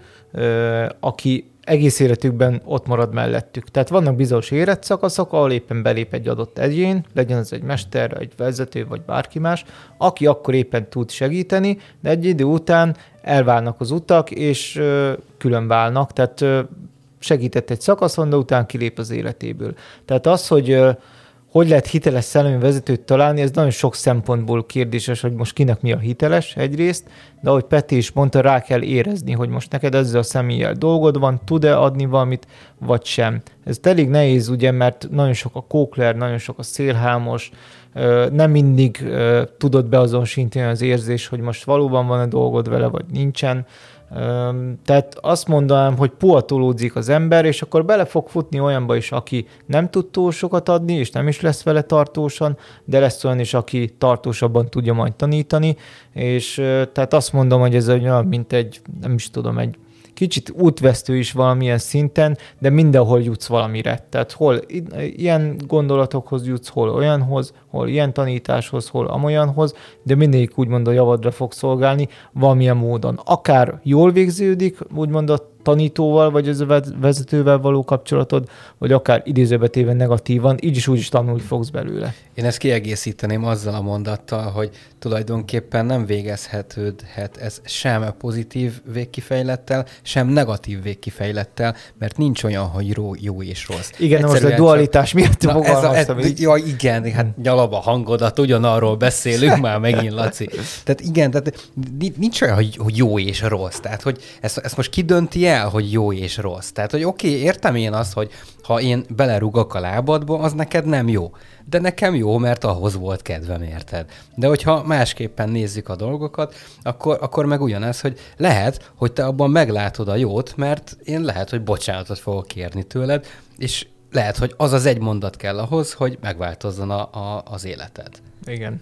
aki egész életükben ott marad mellettük. Tehát vannak bizonyos életszakaszok, ahol éppen belép egy adott egyén, legyen ez egy mester, egy vezető, vagy bárki más, aki akkor éppen tud segíteni, de egy idő után elválnak az utak, és külön válnak, tehát segített egy szakaszon, de utána kilép az életéből. Tehát az, hogy lehet hiteles szellemi vezetőt találni, ez nagyon sok szempontból kérdéses, hogy most kinek mi a hiteles egyrészt, de ahogy Peti is mondta, rá kell érezni, hogy most neked ezzel a személlyel dolgod van, tud-e adni valamit, vagy sem. Ez elég nehéz, ugye, mert nagyon sok a kókler, nagyon sok a szélhámos, nem mindig tudod beazonosítani az érzés, hogy most valóban van-e dolgod vele, vagy nincsen. Tehát azt mondanám, hogy puhatolódzik az ember, és akkor bele fog futni olyanba is, aki nem tud túl sokat adni, és nem is lesz vele tartósan, de lesz olyan is, aki tartósabban tudja majd tanítani, és tehát azt mondom, hogy ez olyan, mint egy, nem is tudom, egy kicsit útvesztő is valamilyen szinten, de mindenhol jutsz valamire. Tehát hol ilyen gondolatokhoz jutsz, hol olyanhoz, hol ilyen tanításhoz, hol amolyanhoz, de mindegyik úgymond a javadra fog szolgálni valamilyen módon. Akár jól végződik, úgymond a tanítóval, vagy az vezetővel való kapcsolatod, vagy akár idézőbetéve negatívan, így is úgy is tanulni fogsz belőle. Én ezt kiegészíteném azzal a mondattal, hogy tulajdonképpen nem végezhetődhet ez sem pozitív végkifejlettel, sem negatív végkifejlettel, mert nincs olyan, hogy jó és rossz. Igen, most a dualitás miatt fogalmaztam. Igen, hát nyalab a hangodat, ugyanarról beszélünk már megint, Laci. Tehát igen, tehát nincs olyan, hogy jó és rossz. Tehát, hogy ezt most kidönti el, hogy jó és rossz. Tehát, hogy oké, értem én azt, hogy ha én belerúgok a lábadba, az neked nem jó. De nekem jó, mert ahhoz volt kedvem, érted? De hogyha másképpen nézzük a dolgokat, akkor meg ugyanez, hogy lehet, hogy te abban meglátod a jót, mert én lehet, hogy bocsánatot fogok kérni tőled, és lehet, hogy az egy mondat kell ahhoz, hogy megváltozzon az életed. Igen.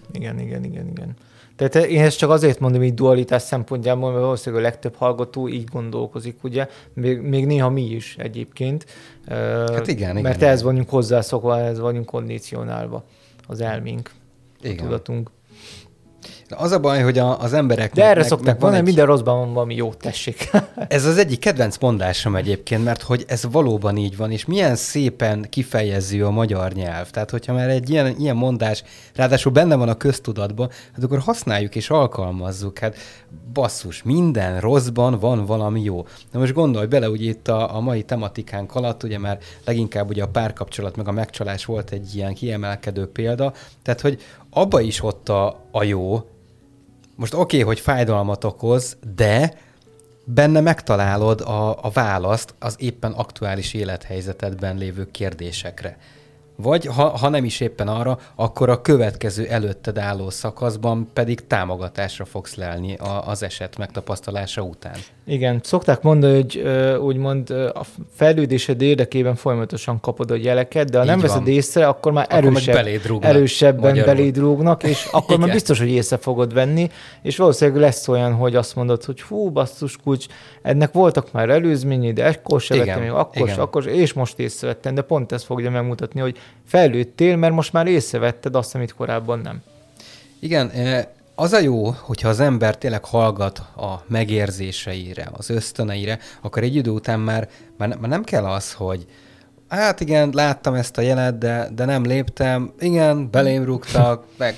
Tehát én ezt csak azért mondom így dualitás szempontjából, mert valószínűleg a legtöbb hallgató így gondolkozik, ugye? Még néha mi is egyébként. Hát igen. Mert ehhez vagyunk hozzászokva, ehhez vagyunk kondicionálva az elménk, a tudatunk. Az a baj, hogy az emberek... De erre szokták mondani, minden rosszban van valami jó, tessék. Ez az egyik kedvenc mondásom egyébként, mert hogy ez valóban így van, és milyen szépen kifejező a magyar nyelv. Tehát, hogyha már egy ilyen mondás, ráadásul benne van a köztudatban, hát akkor használjuk és alkalmazzuk. Hát basszus, minden rosszban van valami jó. Na most gondolj bele, ugye itt a mai tematikánk alatt, ugye már leginkább ugye a párkapcsolat meg a megcsalás volt egy ilyen kiemelkedő példa, tehát, hogy abba is ott a jó. Most oké, hogy fájdalmat okoz, de benne megtalálod a választ az éppen aktuális élethelyzetedben lévő kérdésekre. Vagy ha nem is éppen arra, akkor a következő előtted álló szakaszban pedig támogatásra fogsz lelni az eset megtapasztalása után. Igen, szokták mondani, hogy úgymond a fejlődésed érdekében folyamatosan kapod a jeleket, de ha nem veszed észre, akkor már erősebben beléd rúgnak, és akkor már biztos, hogy észre fogod venni, és valószínűleg lesz olyan, hogy azt mondod, hogy hú, basszus kulcs, ennek voltak már előzményei, de ekkor se vettem, még akkor, és most észrevettem, de pont ez fogja megmutatni, hogy fejlődtél, mert most már észrevetted azt, amit korábban nem. Igen, az a jó, hogyha az ember tényleg hallgat a megérzéseire, az ösztöneire, akkor egy idő után már nem kell az, hogy hát igen, láttam ezt a jelet, de nem léptem, igen, belém rúgtak, meg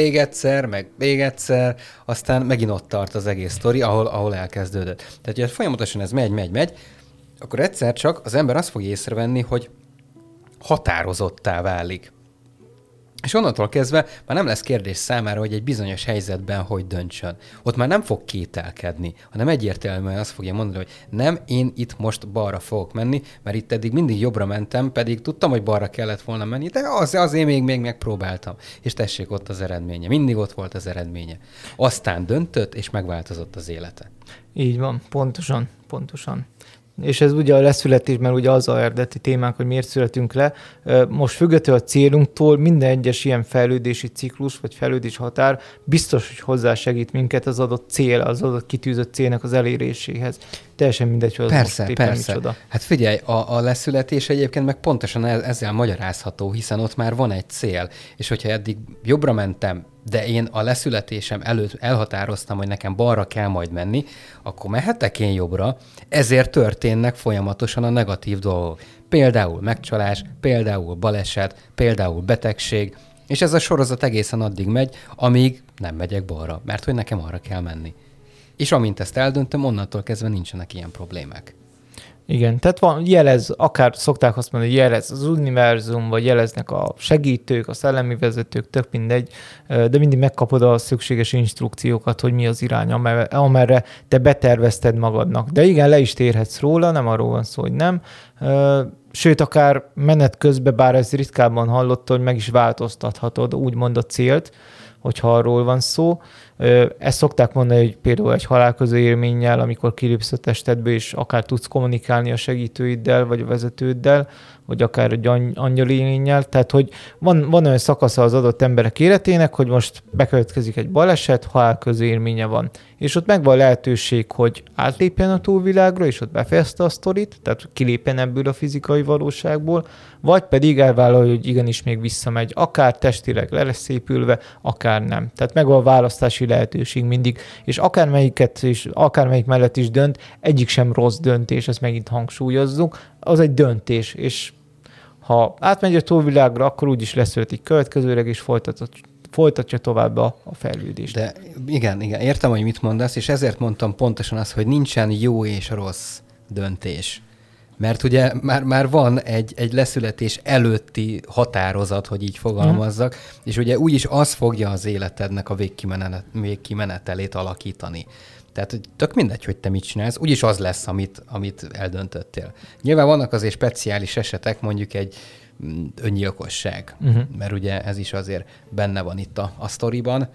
még egyszer, aztán megint ott tart az egész sztori, ahol elkezdődött. Tehát, hogy folyamatosan ez megy, akkor egyszer csak az ember azt fogja észrevenni, hogy határozottá válik. És onnantól kezdve már nem lesz kérdés számára, hogy egy bizonyos helyzetben hogy döntsön. Ott már nem fog kételkedni, hanem egyértelműen azt fogja mondani, hogy nem, én itt most balra fogok menni, mert itt eddig mindig jobbra mentem, pedig tudtam, hogy balra kellett volna menni, de azért még megpróbáltam. És tessék, ott az eredménye. Mindig ott volt az eredménye. Aztán döntött, és megváltozott az élete. Így van, pontosan. És ez ugye a leszületés, mert ugye az a eredeti témánk, hogy miért születünk le. Most függetlenül a célunktól minden egyes ilyen fejlődési ciklus, vagy fejlődés határ biztos, hogy hozzásegít minket az adott cél, az adott kitűzött célnak az eléréséhez. Teljesen mindegy, hogy az most éppen micsoda. Hát figyelj, a leszületés egyébként meg pontosan ezzel magyarázható, hiszen ott már van egy cél, és hogyha eddig jobbra mentem, de én a leszületésem előtt elhatároztam, hogy nekem balra kell majd menni, akkor mehetek én jobbra, ezért történnek folyamatosan a negatív dolgok. Például megcsalás, például baleset, például betegség, és ez a sorozat egészen addig megy, amíg nem megyek balra, mert hogy nekem arra kell menni. És amint ezt eldöntöm, onnantól kezdve nincsenek ilyen problémák. Igen, tehát van, jelez, akár szokták azt mondani, hogy jelez az univerzum, vagy jeleznek a segítők, a szellemi vezetők, tök mindegy, de mindig megkapod a szükséges instrukciókat, hogy mi az irány, amerre te betervezted magadnak. De igen, le is térhetsz róla, nem arról van szó, hogy nem. Sőt, akár menet közben, bár ez ritkábban hallottad, hogy meg is változtathatod úgymond a célt, hogyha arról van szó. Ezt szokták mondani, hogy például egy halálköző élménnyel, amikor kilépsz a testedből, és akár tudsz kommunikálni a segítőiddel, vagy a vezetőddel, vagy akár egy angyali élménnyel. Tehát, hogy van olyan szakasza az adott emberek életének, hogy most bekövetkezik egy baleset, halálköző élménye van. És ott megvan lehetőség, hogy átlépjen a túlvilágra, és ott befejezte a sztorit, tehát kilépjen ebből a fizikai valóságból, vagy pedig elvállalja, hogy igenis még visszamegy, akár testileg le lesz épülve, akár nem. Tehát megvan a választási lehetőség mindig, és akármelyik mellett is dönt, egyik sem rossz döntés, ezt megint hangsúlyozzuk, az egy döntés, és ha átmegy a túlvilágra, akkor úgyis leszületik következőleg, és folytatja tovább a fejlődést. De igen, értem, hogy mit mondasz, és ezért mondtam pontosan azt, hogy nincsen jó és rossz döntés. Mert ugye már van egy leszületés előtti határozat, hogy így fogalmazzak, és ugye úgyis az fogja az életednek a végkimenetelét alakítani. Tehát tök mindegy, hogy te mit csinálsz, úgyis az lesz, amit eldöntöttél. Nyilván vannak azért speciális esetek, mondjuk egy öngyilkosság, mert ugye ez is azért benne van itt a sztoriban.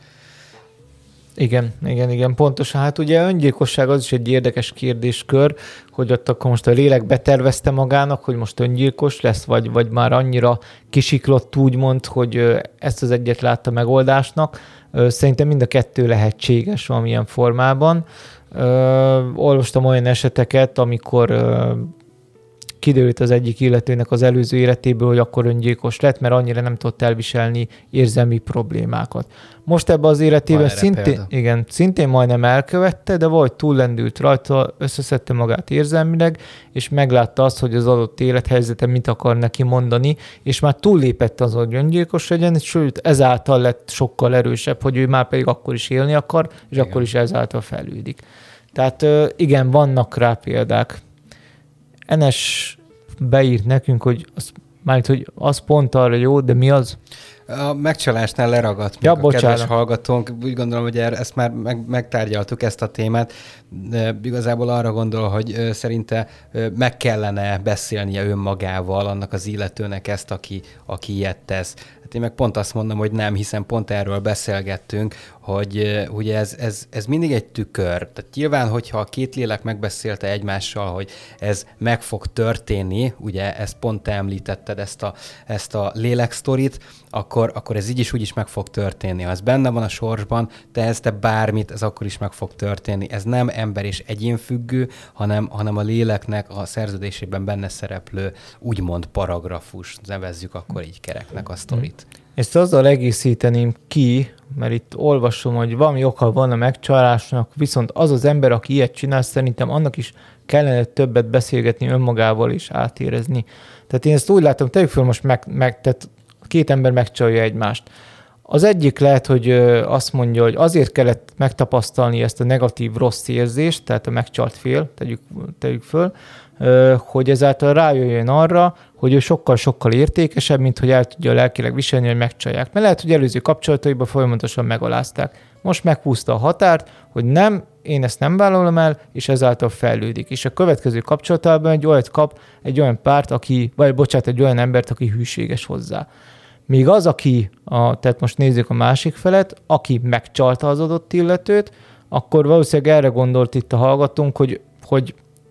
Igen, pontosan. Hát ugye öngyilkosság az is egy érdekes kérdéskör, hogy ott akkor most a lélek betervezte magának, hogy most öngyilkos lesz, vagy már annyira kisiklott úgymond, hogy ezt az egyet látta megoldásnak. Szerintem mind a kettő lehetséges valamilyen formában. Olvastam olyan eseteket, amikor kiderült az egyik illetőnek az előző életéből, hogy akkor öngyilkos lett, mert annyira nem tudott elviselni érzelmi problémákat. Most ebben az életében szintén majdnem elkövette, de vagy túllendült rajta, összeszedte magát érzelmileg, és meglátta azt, hogy az adott élethelyzete mit akar neki mondani, és már túllépett azon, hogy öngyilkos legyen, sőt ezáltal lett sokkal erősebb, hogy ő már pedig akkor is élni akar, és akkor is ezáltal fejlődik. Tehát igen, vannak rá példák. Enes beírt nekünk, hogy az pont arra jó, de mi az? A megcsalásnál leragadt még a kedves hallgatónk. Úgy gondolom, hogy ezt már megtárgyaltuk, ezt a témát. De igazából arra gondol, hogy szerinte meg kellene beszélnie önmagával annak az illetőnek ezt, aki ilyet tesz. Hát én meg pont azt mondom, hogy nem, hiszen pont erről beszélgettünk, hogy ugye ez mindig egy tükör. Tehát nyilván, hogyha a két lélek megbeszélte egymással, hogy ez meg fog történni, ugye ezt pont te említetted, ezt a lélek-sztorit, akkor ez így is úgy is meg fog történni. Ha ez benne van a sorsban, te bármit, ez akkor is meg fog történni. Ez nem ember és egyén függő, hanem a léleknek a szerződésében benne szereplő úgymond paragrafus, nevezzük akkor így kereknek a sztorit. Ezt azzal egészíteném ki, mert itt olvasom, hogy valami oka van a megcsalásnak, viszont az az ember, aki ilyet csinál, szerintem annak is kellene többet beszélgetni önmagával és átérezni. Tehát én ezt úgy látom, tegyük föl most tehát két ember megcsalja egymást. Az egyik lehet, hogy azt mondja, hogy azért kellett megtapasztalni ezt a negatív rossz érzést, tehát a megcsalt fél, tegyük föl, hogy ezáltal rájöjjön arra, hogy ő sokkal-sokkal értékesebb, mint hogy el tudja lelkileg viselni, hogy megcsalják. Mert lehet, hogy előző kapcsolataiban folyamatosan megalázták. Most meghúzta a határt, hogy nem, én ezt nem vállalom el, és ezáltal fejlődik. És a következő kapcsolatában egy olyan párt, egy olyan embert, aki hűséges hozzá. Míg az, tehát most nézzük a másik felet, aki megcsalta az adott illetőt, akkor valószínűleg erre gondolt itt a hallgatónk, hogy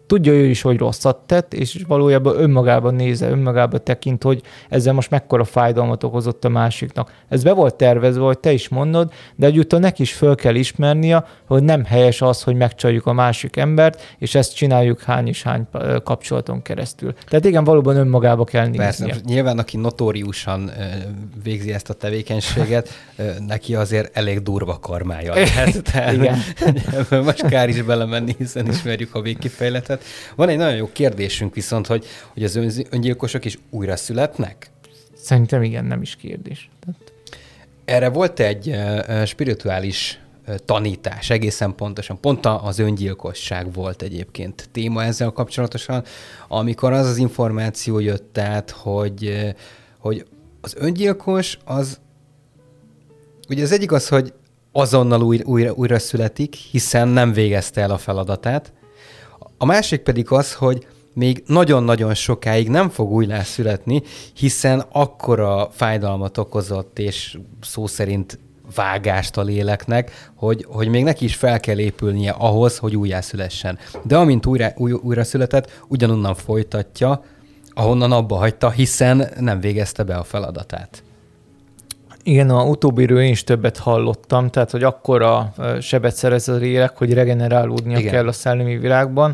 tudja ő is, hogy rosszat tett, és valójában önmagában nézze, önmagában tekint, hogy ezzel most mekkora fájdalmat okozott a másiknak. Ez be volt tervezve, hogy te is mondod, de egyúttal neki is föl kell ismernie, hogy nem helyes az, hogy megcsaljuk a másik embert, és ezt csináljuk hány és hány kapcsolaton keresztül. Tehát igen, valóban önmagába kell néznie. Persze, nyilván aki notóriusan végzi ezt a tevékenységet, neki azért elég durva karmája lehet. Igen. Most kár is belemenni, hiszen ismerjük a végkifejletet. Van egy nagyon jó kérdésünk viszont, hogy az öngyilkosok is újra születnek? Szerintem igen, nem is kérdés. Erre volt egy spirituális tanítás, egészen pontosan. Pont az öngyilkosság volt egyébként téma ezzel kapcsolatosan, amikor az információ jött át, hogy az öngyilkos az, ugye az egyik az, hogy azonnal újra születik, hiszen nem végezte el a feladatát. A másik pedig az, hogy még nagyon-nagyon sokáig nem fog újra születni, hiszen akkora fájdalmat okozott, és szó szerint vágást a léleknek, hogy még neki is fel kell épülnie ahhoz, hogy újjászülessen. De amint újra született, ugyanonnan folytatja, ahonnan abba hagyta, hiszen nem végezte be a feladatát. Igen, a utóbbiről én is többet hallottam, tehát, hogy akkora sebet szerez a lélek, hogy regenerálódnia kell a szellemi világban,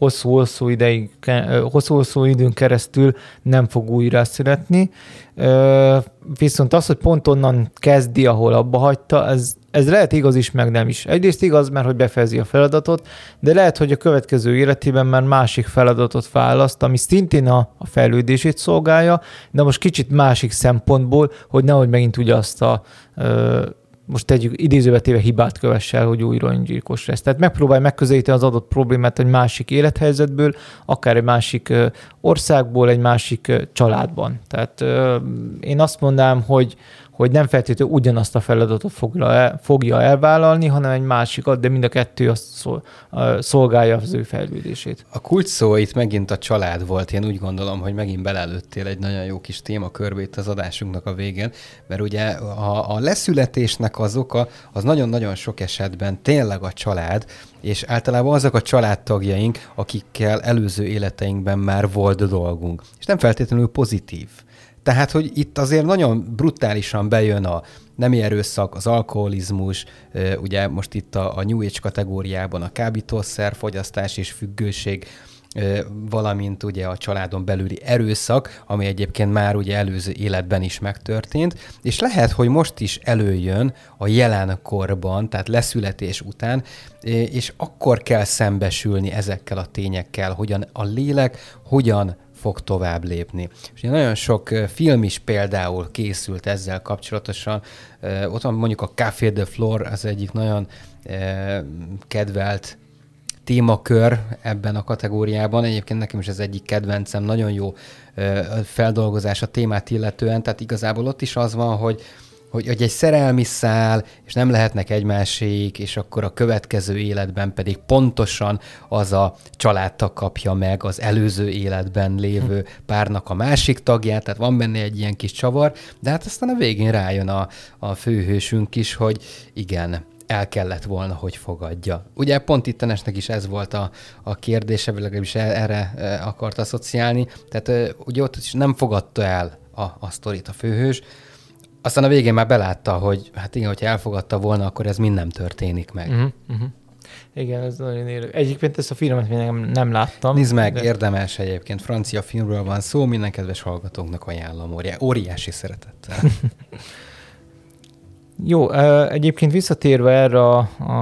hosszú-hosszú időn keresztül nem fog újra születni. Viszont az, hogy pont onnan kezdi, ahol abba hagyta, ez lehet igaz is, meg nem is. Egyrészt igaz, mert hogy befejezi a feladatot, de lehet, hogy a következő életében már másik feladatot választ, ami szintén a fejlődését szolgálja, de most kicsit másik szempontból, hogy nehogy megint ugye azt a most tegyük idézőbe téve hibát kövesse el, hogy újra öngyilkos lesz. Tehát megpróbálj megközelíteni az adott problémát egy másik élethelyzetből, akár egy másik országból, egy másik családban. Tehát én azt mondanám, hogy nem feltétlenül ugyanazt a feladatot fogja elvállalni, hanem egy másikat, de mind a kettő azt szolgálja az ő fejlődését. A kulcs szó itt megint a család volt. Én úgy gondolom, hogy megint belelőttél egy nagyon jó kis témakörbe itt az adásunknak a végén, mert ugye a leszületésnek az oka, az nagyon-nagyon sok esetben tényleg a család, és általában azok a családtagjaink, akikkel előző életeinkben már volt dolgunk. És nem feltétlenül pozitív. Tehát, hogy itt azért nagyon brutálisan bejön a nemi erőszak, az alkoholizmus, ugye most itt a New Age kategóriában a kábítószerfogyasztás és függőség, valamint ugye a családon belüli erőszak, ami egyébként már ugye előző életben is megtörtént, és lehet, hogy most is előjön a jelenkorban, tehát leszületés után, és akkor kell szembesülni ezekkel a tényekkel, hogyan a lélek, hogyan fog tovább lépni. És nagyon sok film is például készült ezzel kapcsolatosan. Ott van mondjuk a Café de Flor, az egyik nagyon kedvelt témakör ebben a kategóriában. Egyébként nekem is ez egyik kedvencem, nagyon jó feldolgozás a témát illetően, tehát igazából ott is az van, hogy egy szerelmi szál, és nem lehetnek egymáséig, és akkor a következő életben pedig pontosan az a családtag kapja meg az előző életben lévő párnak a másik tagját, tehát van benne egy ilyen kis csavar, de hát aztán a végén rájön a főhősünk is, hogy igen, el kellett volna, hogy fogadja. Ugye pont itt Tenesnek is ez volt a kérdése, vagy legalábbis erre akart asszociálni, tehát ugye ott is nem fogadta el a sztorit a főhős, aztán a végén már belátta, hogy hát igen, hogyha elfogadta volna, akkor ez mind nem történik meg. Igen, ez nagyon élő. Egyébként ezt a filmet még nem láttam. Nézd meg, érdemes egyébként. Francia filmről van szó, minden kedves hallgatóknak ajánlom, óriási szeretettel. Jó, egyébként visszatérve erre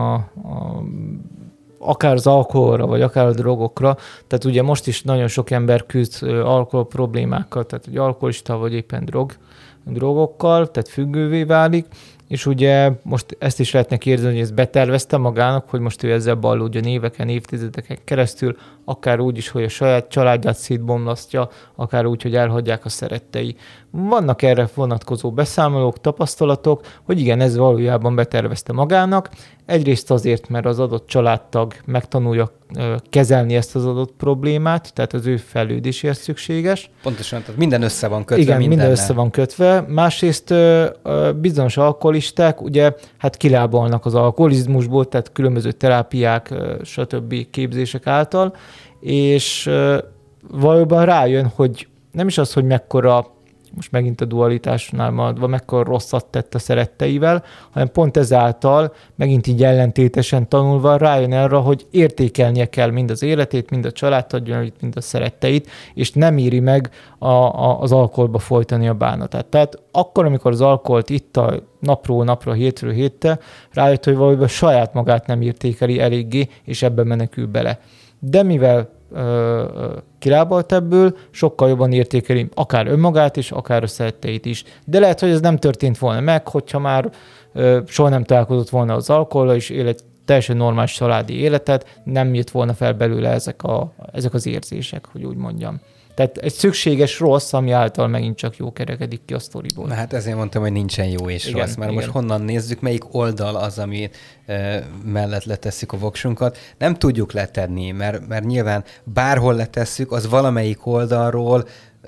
akár az alkoholra, vagy akár a drogokra, tehát ugye most is nagyon sok ember küzd alkohol problémákkal, tehát hogy alkoholista vagy éppen drogokkal, tehát függővé válik, és ugye most ezt is lehetne kérdezni, hogy ezt betervezte magának, hogy most ő ezzel ballódjon éveken, évtizedeken keresztül, akár úgy is, hogy a saját családját szétbomlasztja, akár úgy, hogy elhagyják a szerettei. Vannak erre vonatkozó beszámolók, tapasztalatok, hogy igen, ez valójában betervezte magának. Egyrészt azért, mert az adott családtag megtanulja kezelni ezt az adott problémát, tehát az ő fejlődéséhez szükséges. Pontosan, tehát minden össze van kötve. Igen, minden össze van kötve. Másrészt bizonyos alkoholisták ugye hát kilábalnak az alkoholizmusból, tehát különböző terápiák, stb. Képzések által, és valóban rájön, hogy nem is az, hogy mekkora, most megint a dualitásnál maradva, mekkora rosszat tett a szeretteivel, hanem pont ezáltal, megint így ellentétesen tanulva rájön arra, hogy értékelnie kell mind az életét, mind a családtagjait, mind a szeretteit, és nem éri meg az alkoholba folytani a bánatát. Tehát akkor, amikor az alkoholt itta napról napra, hétről héttel, rájött, hogy valójában saját magát nem értékeli eléggé, és ebben menekül bele. De mivel kilábalt ebből, sokkal jobban értékeli akár önmagát is, akár a szeretteit is. De lehet, hogy ez nem történt volna meg, hogyha már soha nem találkozott volna az alkohollal, és él egy teljesen normális családi életet, nem jött volna fel belőle ezek az érzések, hogy úgy mondjam. Tehát egy szükséges rossz, ami által megint csak jó kerekedik ki a sztoriból. Na hát ezért mondtam, hogy nincsen jó és igen, rossz, mert igen. most honnan nézzük, melyik oldal az, ami mellett letesszük a voksunkat. Nem tudjuk letenni, mert nyilván bárhol letesszük, az valamelyik oldalról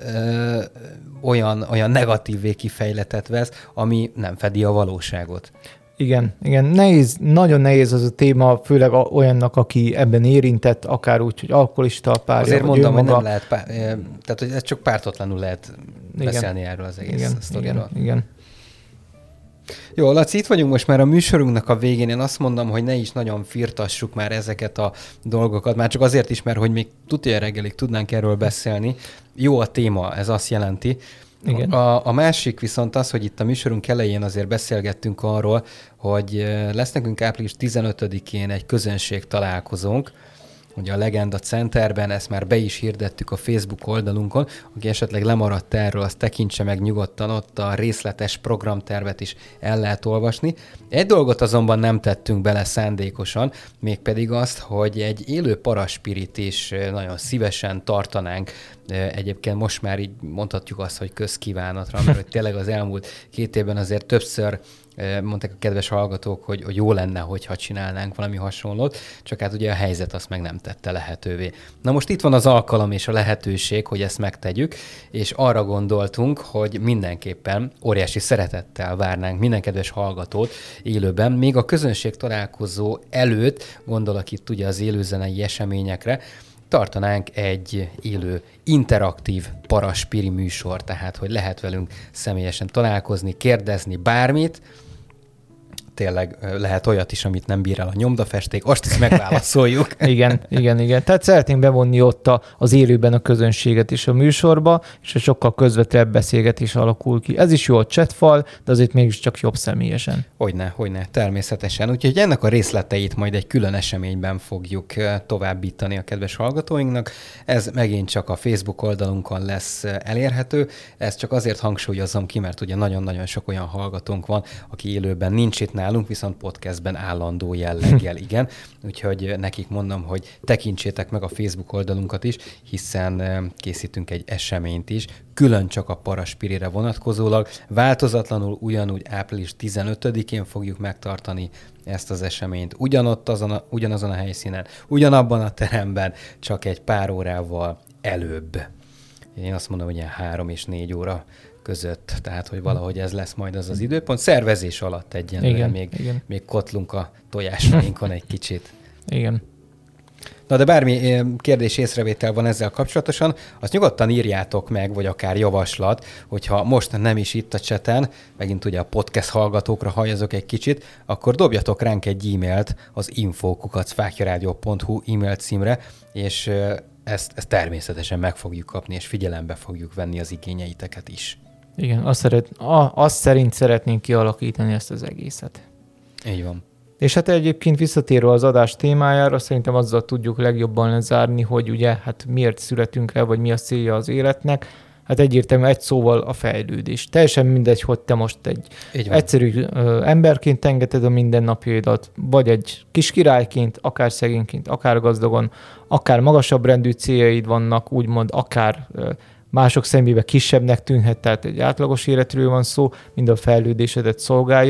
olyan negatívvé kifejletet vesz, ami nem fedi a valóságot. Igen, nehéz, nagyon nehéz az a téma, főleg olyannak, aki ebben érintett, akár úgy, hogy alkoholista a párja. Azért mondom, hogy nem lehet, tehát hogy ez csak pártatlanul lehet beszélni erről az egész sztoriról. Igen. Jó, Laci, itt vagyunk most már a műsorunknak a végén. Én azt mondom, hogy ne is nagyon firtassuk már ezeket a dolgokat, már csak azért is, mert hogy még tudja reggelig tudnánk erről beszélni. Jó a téma, ez azt jelenti. Igen. A másik viszont az, hogy itt a műsorunk elején azért beszélgettünk arról, hogy lesz nekünk április 15-én egy közönség találkozónk, ugye a Legenda Centerben, ezt már be is hirdettük a Facebook oldalunkon, aki esetleg lemaradt erről, azt tekintse meg nyugodtan, ott a részletes programtervet is el lehet olvasni. Egy dolgot azonban nem tettünk bele szándékosan, mégpedig azt, hogy egy élő paraspirit is nagyon szívesen tartanánk. Egyébként most már így mondhatjuk azt, hogy közkívánatra, mert hogy tényleg az elmúlt 2 évben azért többször mondták a kedves hallgatók, hogy jó lenne, hogyha csinálnánk valami hasonlót, csak hát ugye a helyzet azt meg nem tette lehetővé. Na most itt van az alkalom és a lehetőség, hogy ezt megtegyük, és arra gondoltunk, hogy mindenképpen óriási szeretettel várnánk minden kedves hallgatót élőben, még a közönség találkozó előtt, gondolok itt ugye az élőzenei eseményekre, tartanánk egy élő, interaktív paraspiri műsor, tehát hogy lehet velünk személyesen találkozni, kérdezni bármit, tényleg lehet olyat is, amit nem bír el a nyomdafesték, azt is megválaszoljuk. Igen. Tehát szeretnénk bevonni ott az élőben a közönséget is a műsorba, és a sokkal közvetlenebb beszélgetés alakul ki. Ez is jó a chatfal, de azért mégiscsak jobb személyesen. Hogyne, természetesen. Úgyhogy ennek a részleteit majd egy külön eseményben fogjuk továbbítani a kedves hallgatóinknak. Ez megint csak a Facebook oldalunkon lesz elérhető. Ezt csak azért hangsúlyozom ki, mert ugye nagyon-nagyon sok olyan hallgatónk van, aki élőben nincs itt nálunk, viszont podcastben állandó jelleggel, igen. Úgyhogy nekik mondom, hogy tekintsétek meg a Facebook oldalunkat is, hiszen készítünk egy eseményt is, külön csak a paraspirire vonatkozólag. Változatlanul ugyanúgy április 15-én fogjuk megtartani ezt az eseményt. Ugyanazon a helyszínen, ugyanabban a teremben, csak egy pár órával előbb. Én azt mondom, hogy ilyen 3 és 4 óra között, tehát hogy valahogy ez lesz majd az időpont. Szervezés alatt egyenlően még kotlunk a tojásainkon egy kicsit. Igen. Na de bármi kérdés, észrevétel van ezzel kapcsolatosan, azt nyugodtan írjátok meg, vagy akár javaslat, hogyha most nem is itt a chaten, megint ugye a podcast hallgatókra hajazok egy kicsit, akkor dobjatok ránk egy e-mailt az info@fakjaradio.hu e-mail címre, és ezt természetesen meg fogjuk kapni, és figyelembe fogjuk venni az igényeiteket is. Igen, azt szerint szeretnénk kialakítani ezt az egészet. Így van. És hát egyébként visszatérve az adás témájára, szerintem azzal tudjuk legjobban lezárni, hogy ugye hát miért születünk el, vagy mi a célja az életnek. Hát egyértelműen egy szóval a fejlődés. Teljesen mindegy, hogy te most egy egyszerű emberként engeded a mindennapjaidat, vagy egy kis királyként, akár szegényként, akár gazdagon, akár magasabb rendű céljaid vannak, úgymond akár mások szemébe kisebbnek tűnhet, tehát egy átlagos életről van szó, mind a fejlődésedet szolgálja.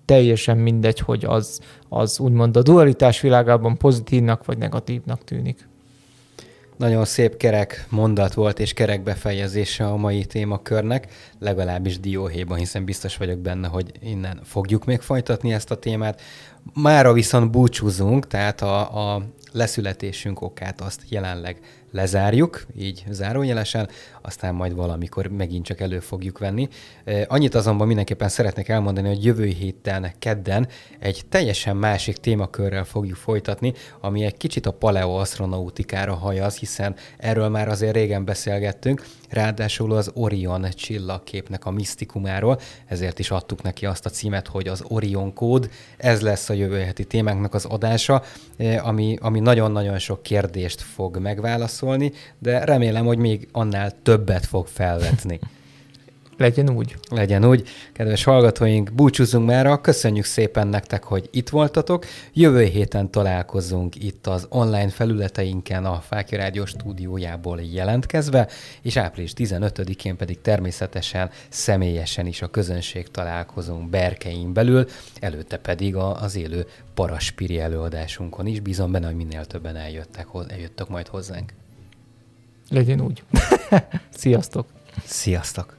teljesen mindegy, hogy az úgymond a dualitás világában pozitívnak vagy negatívnak tűnik. Nagyon szép kerek mondat volt, és kerek befejezése a mai témakörnek, legalábbis dióhéjban, hiszen biztos vagyok benne, hogy innen fogjuk még folytatni ezt a témát. Mára viszont búcsúzunk, tehát a leszületésünk okát azt jelenleg lezárjuk, így zárójelesen, aztán majd valamikor megint csak elő fogjuk venni. Annyit azonban mindenképpen szeretnék elmondani, hogy jövő héten, kedden egy teljesen másik témakörrel fogjuk folytatni, ami egy kicsit a paleoasztronautikára hajaz, hiszen erről már azért régen beszélgettünk, ráadásul az Orion csillagképnek a misztikumáról, ezért is adtuk neki azt a címet, hogy az Orion kód. Ez lesz a jövő heti témánknak az adása, ami nagyon-nagyon sok kérdést fog megválaszolni, de remélem, hogy még annál többet fog felvetni. Legyen úgy. Legyen úgy. Kedves hallgatóink, búcsúzunk mára. Köszönjük szépen nektek, hogy itt voltatok. Jövő héten találkozunk itt az online felületeinken a Fáklya Rádió stúdiójából jelentkezve, és április 15-én pedig természetesen személyesen is a közönség találkozunk berkein belül, előtte pedig az élő paraspiri előadásunkon is. Bízom benne, hogy minél többen eljöttök majd hozzánk. Legyen úgy. Sziasztok! Sziasztok!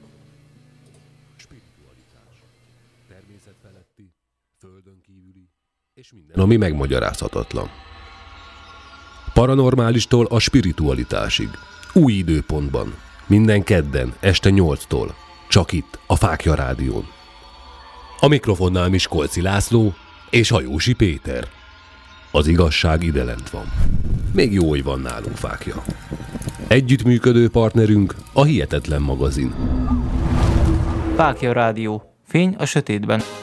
Földön kívüli, és minden, ami megmagyarázhatatlan. Paranormálistól a spiritualitásig. Új időpontban. Minden kedden, este 8-tól. Csak itt, a Fáklya Rádión. A mikrofonnál Miskolci László és Hajósi Péter. Az igazság idelent van. Még jó, hogy van nálunk fákja. Együttműködő partnerünk a Hihetetlen magazin. Fáklya Rádió. Fény a sötétben.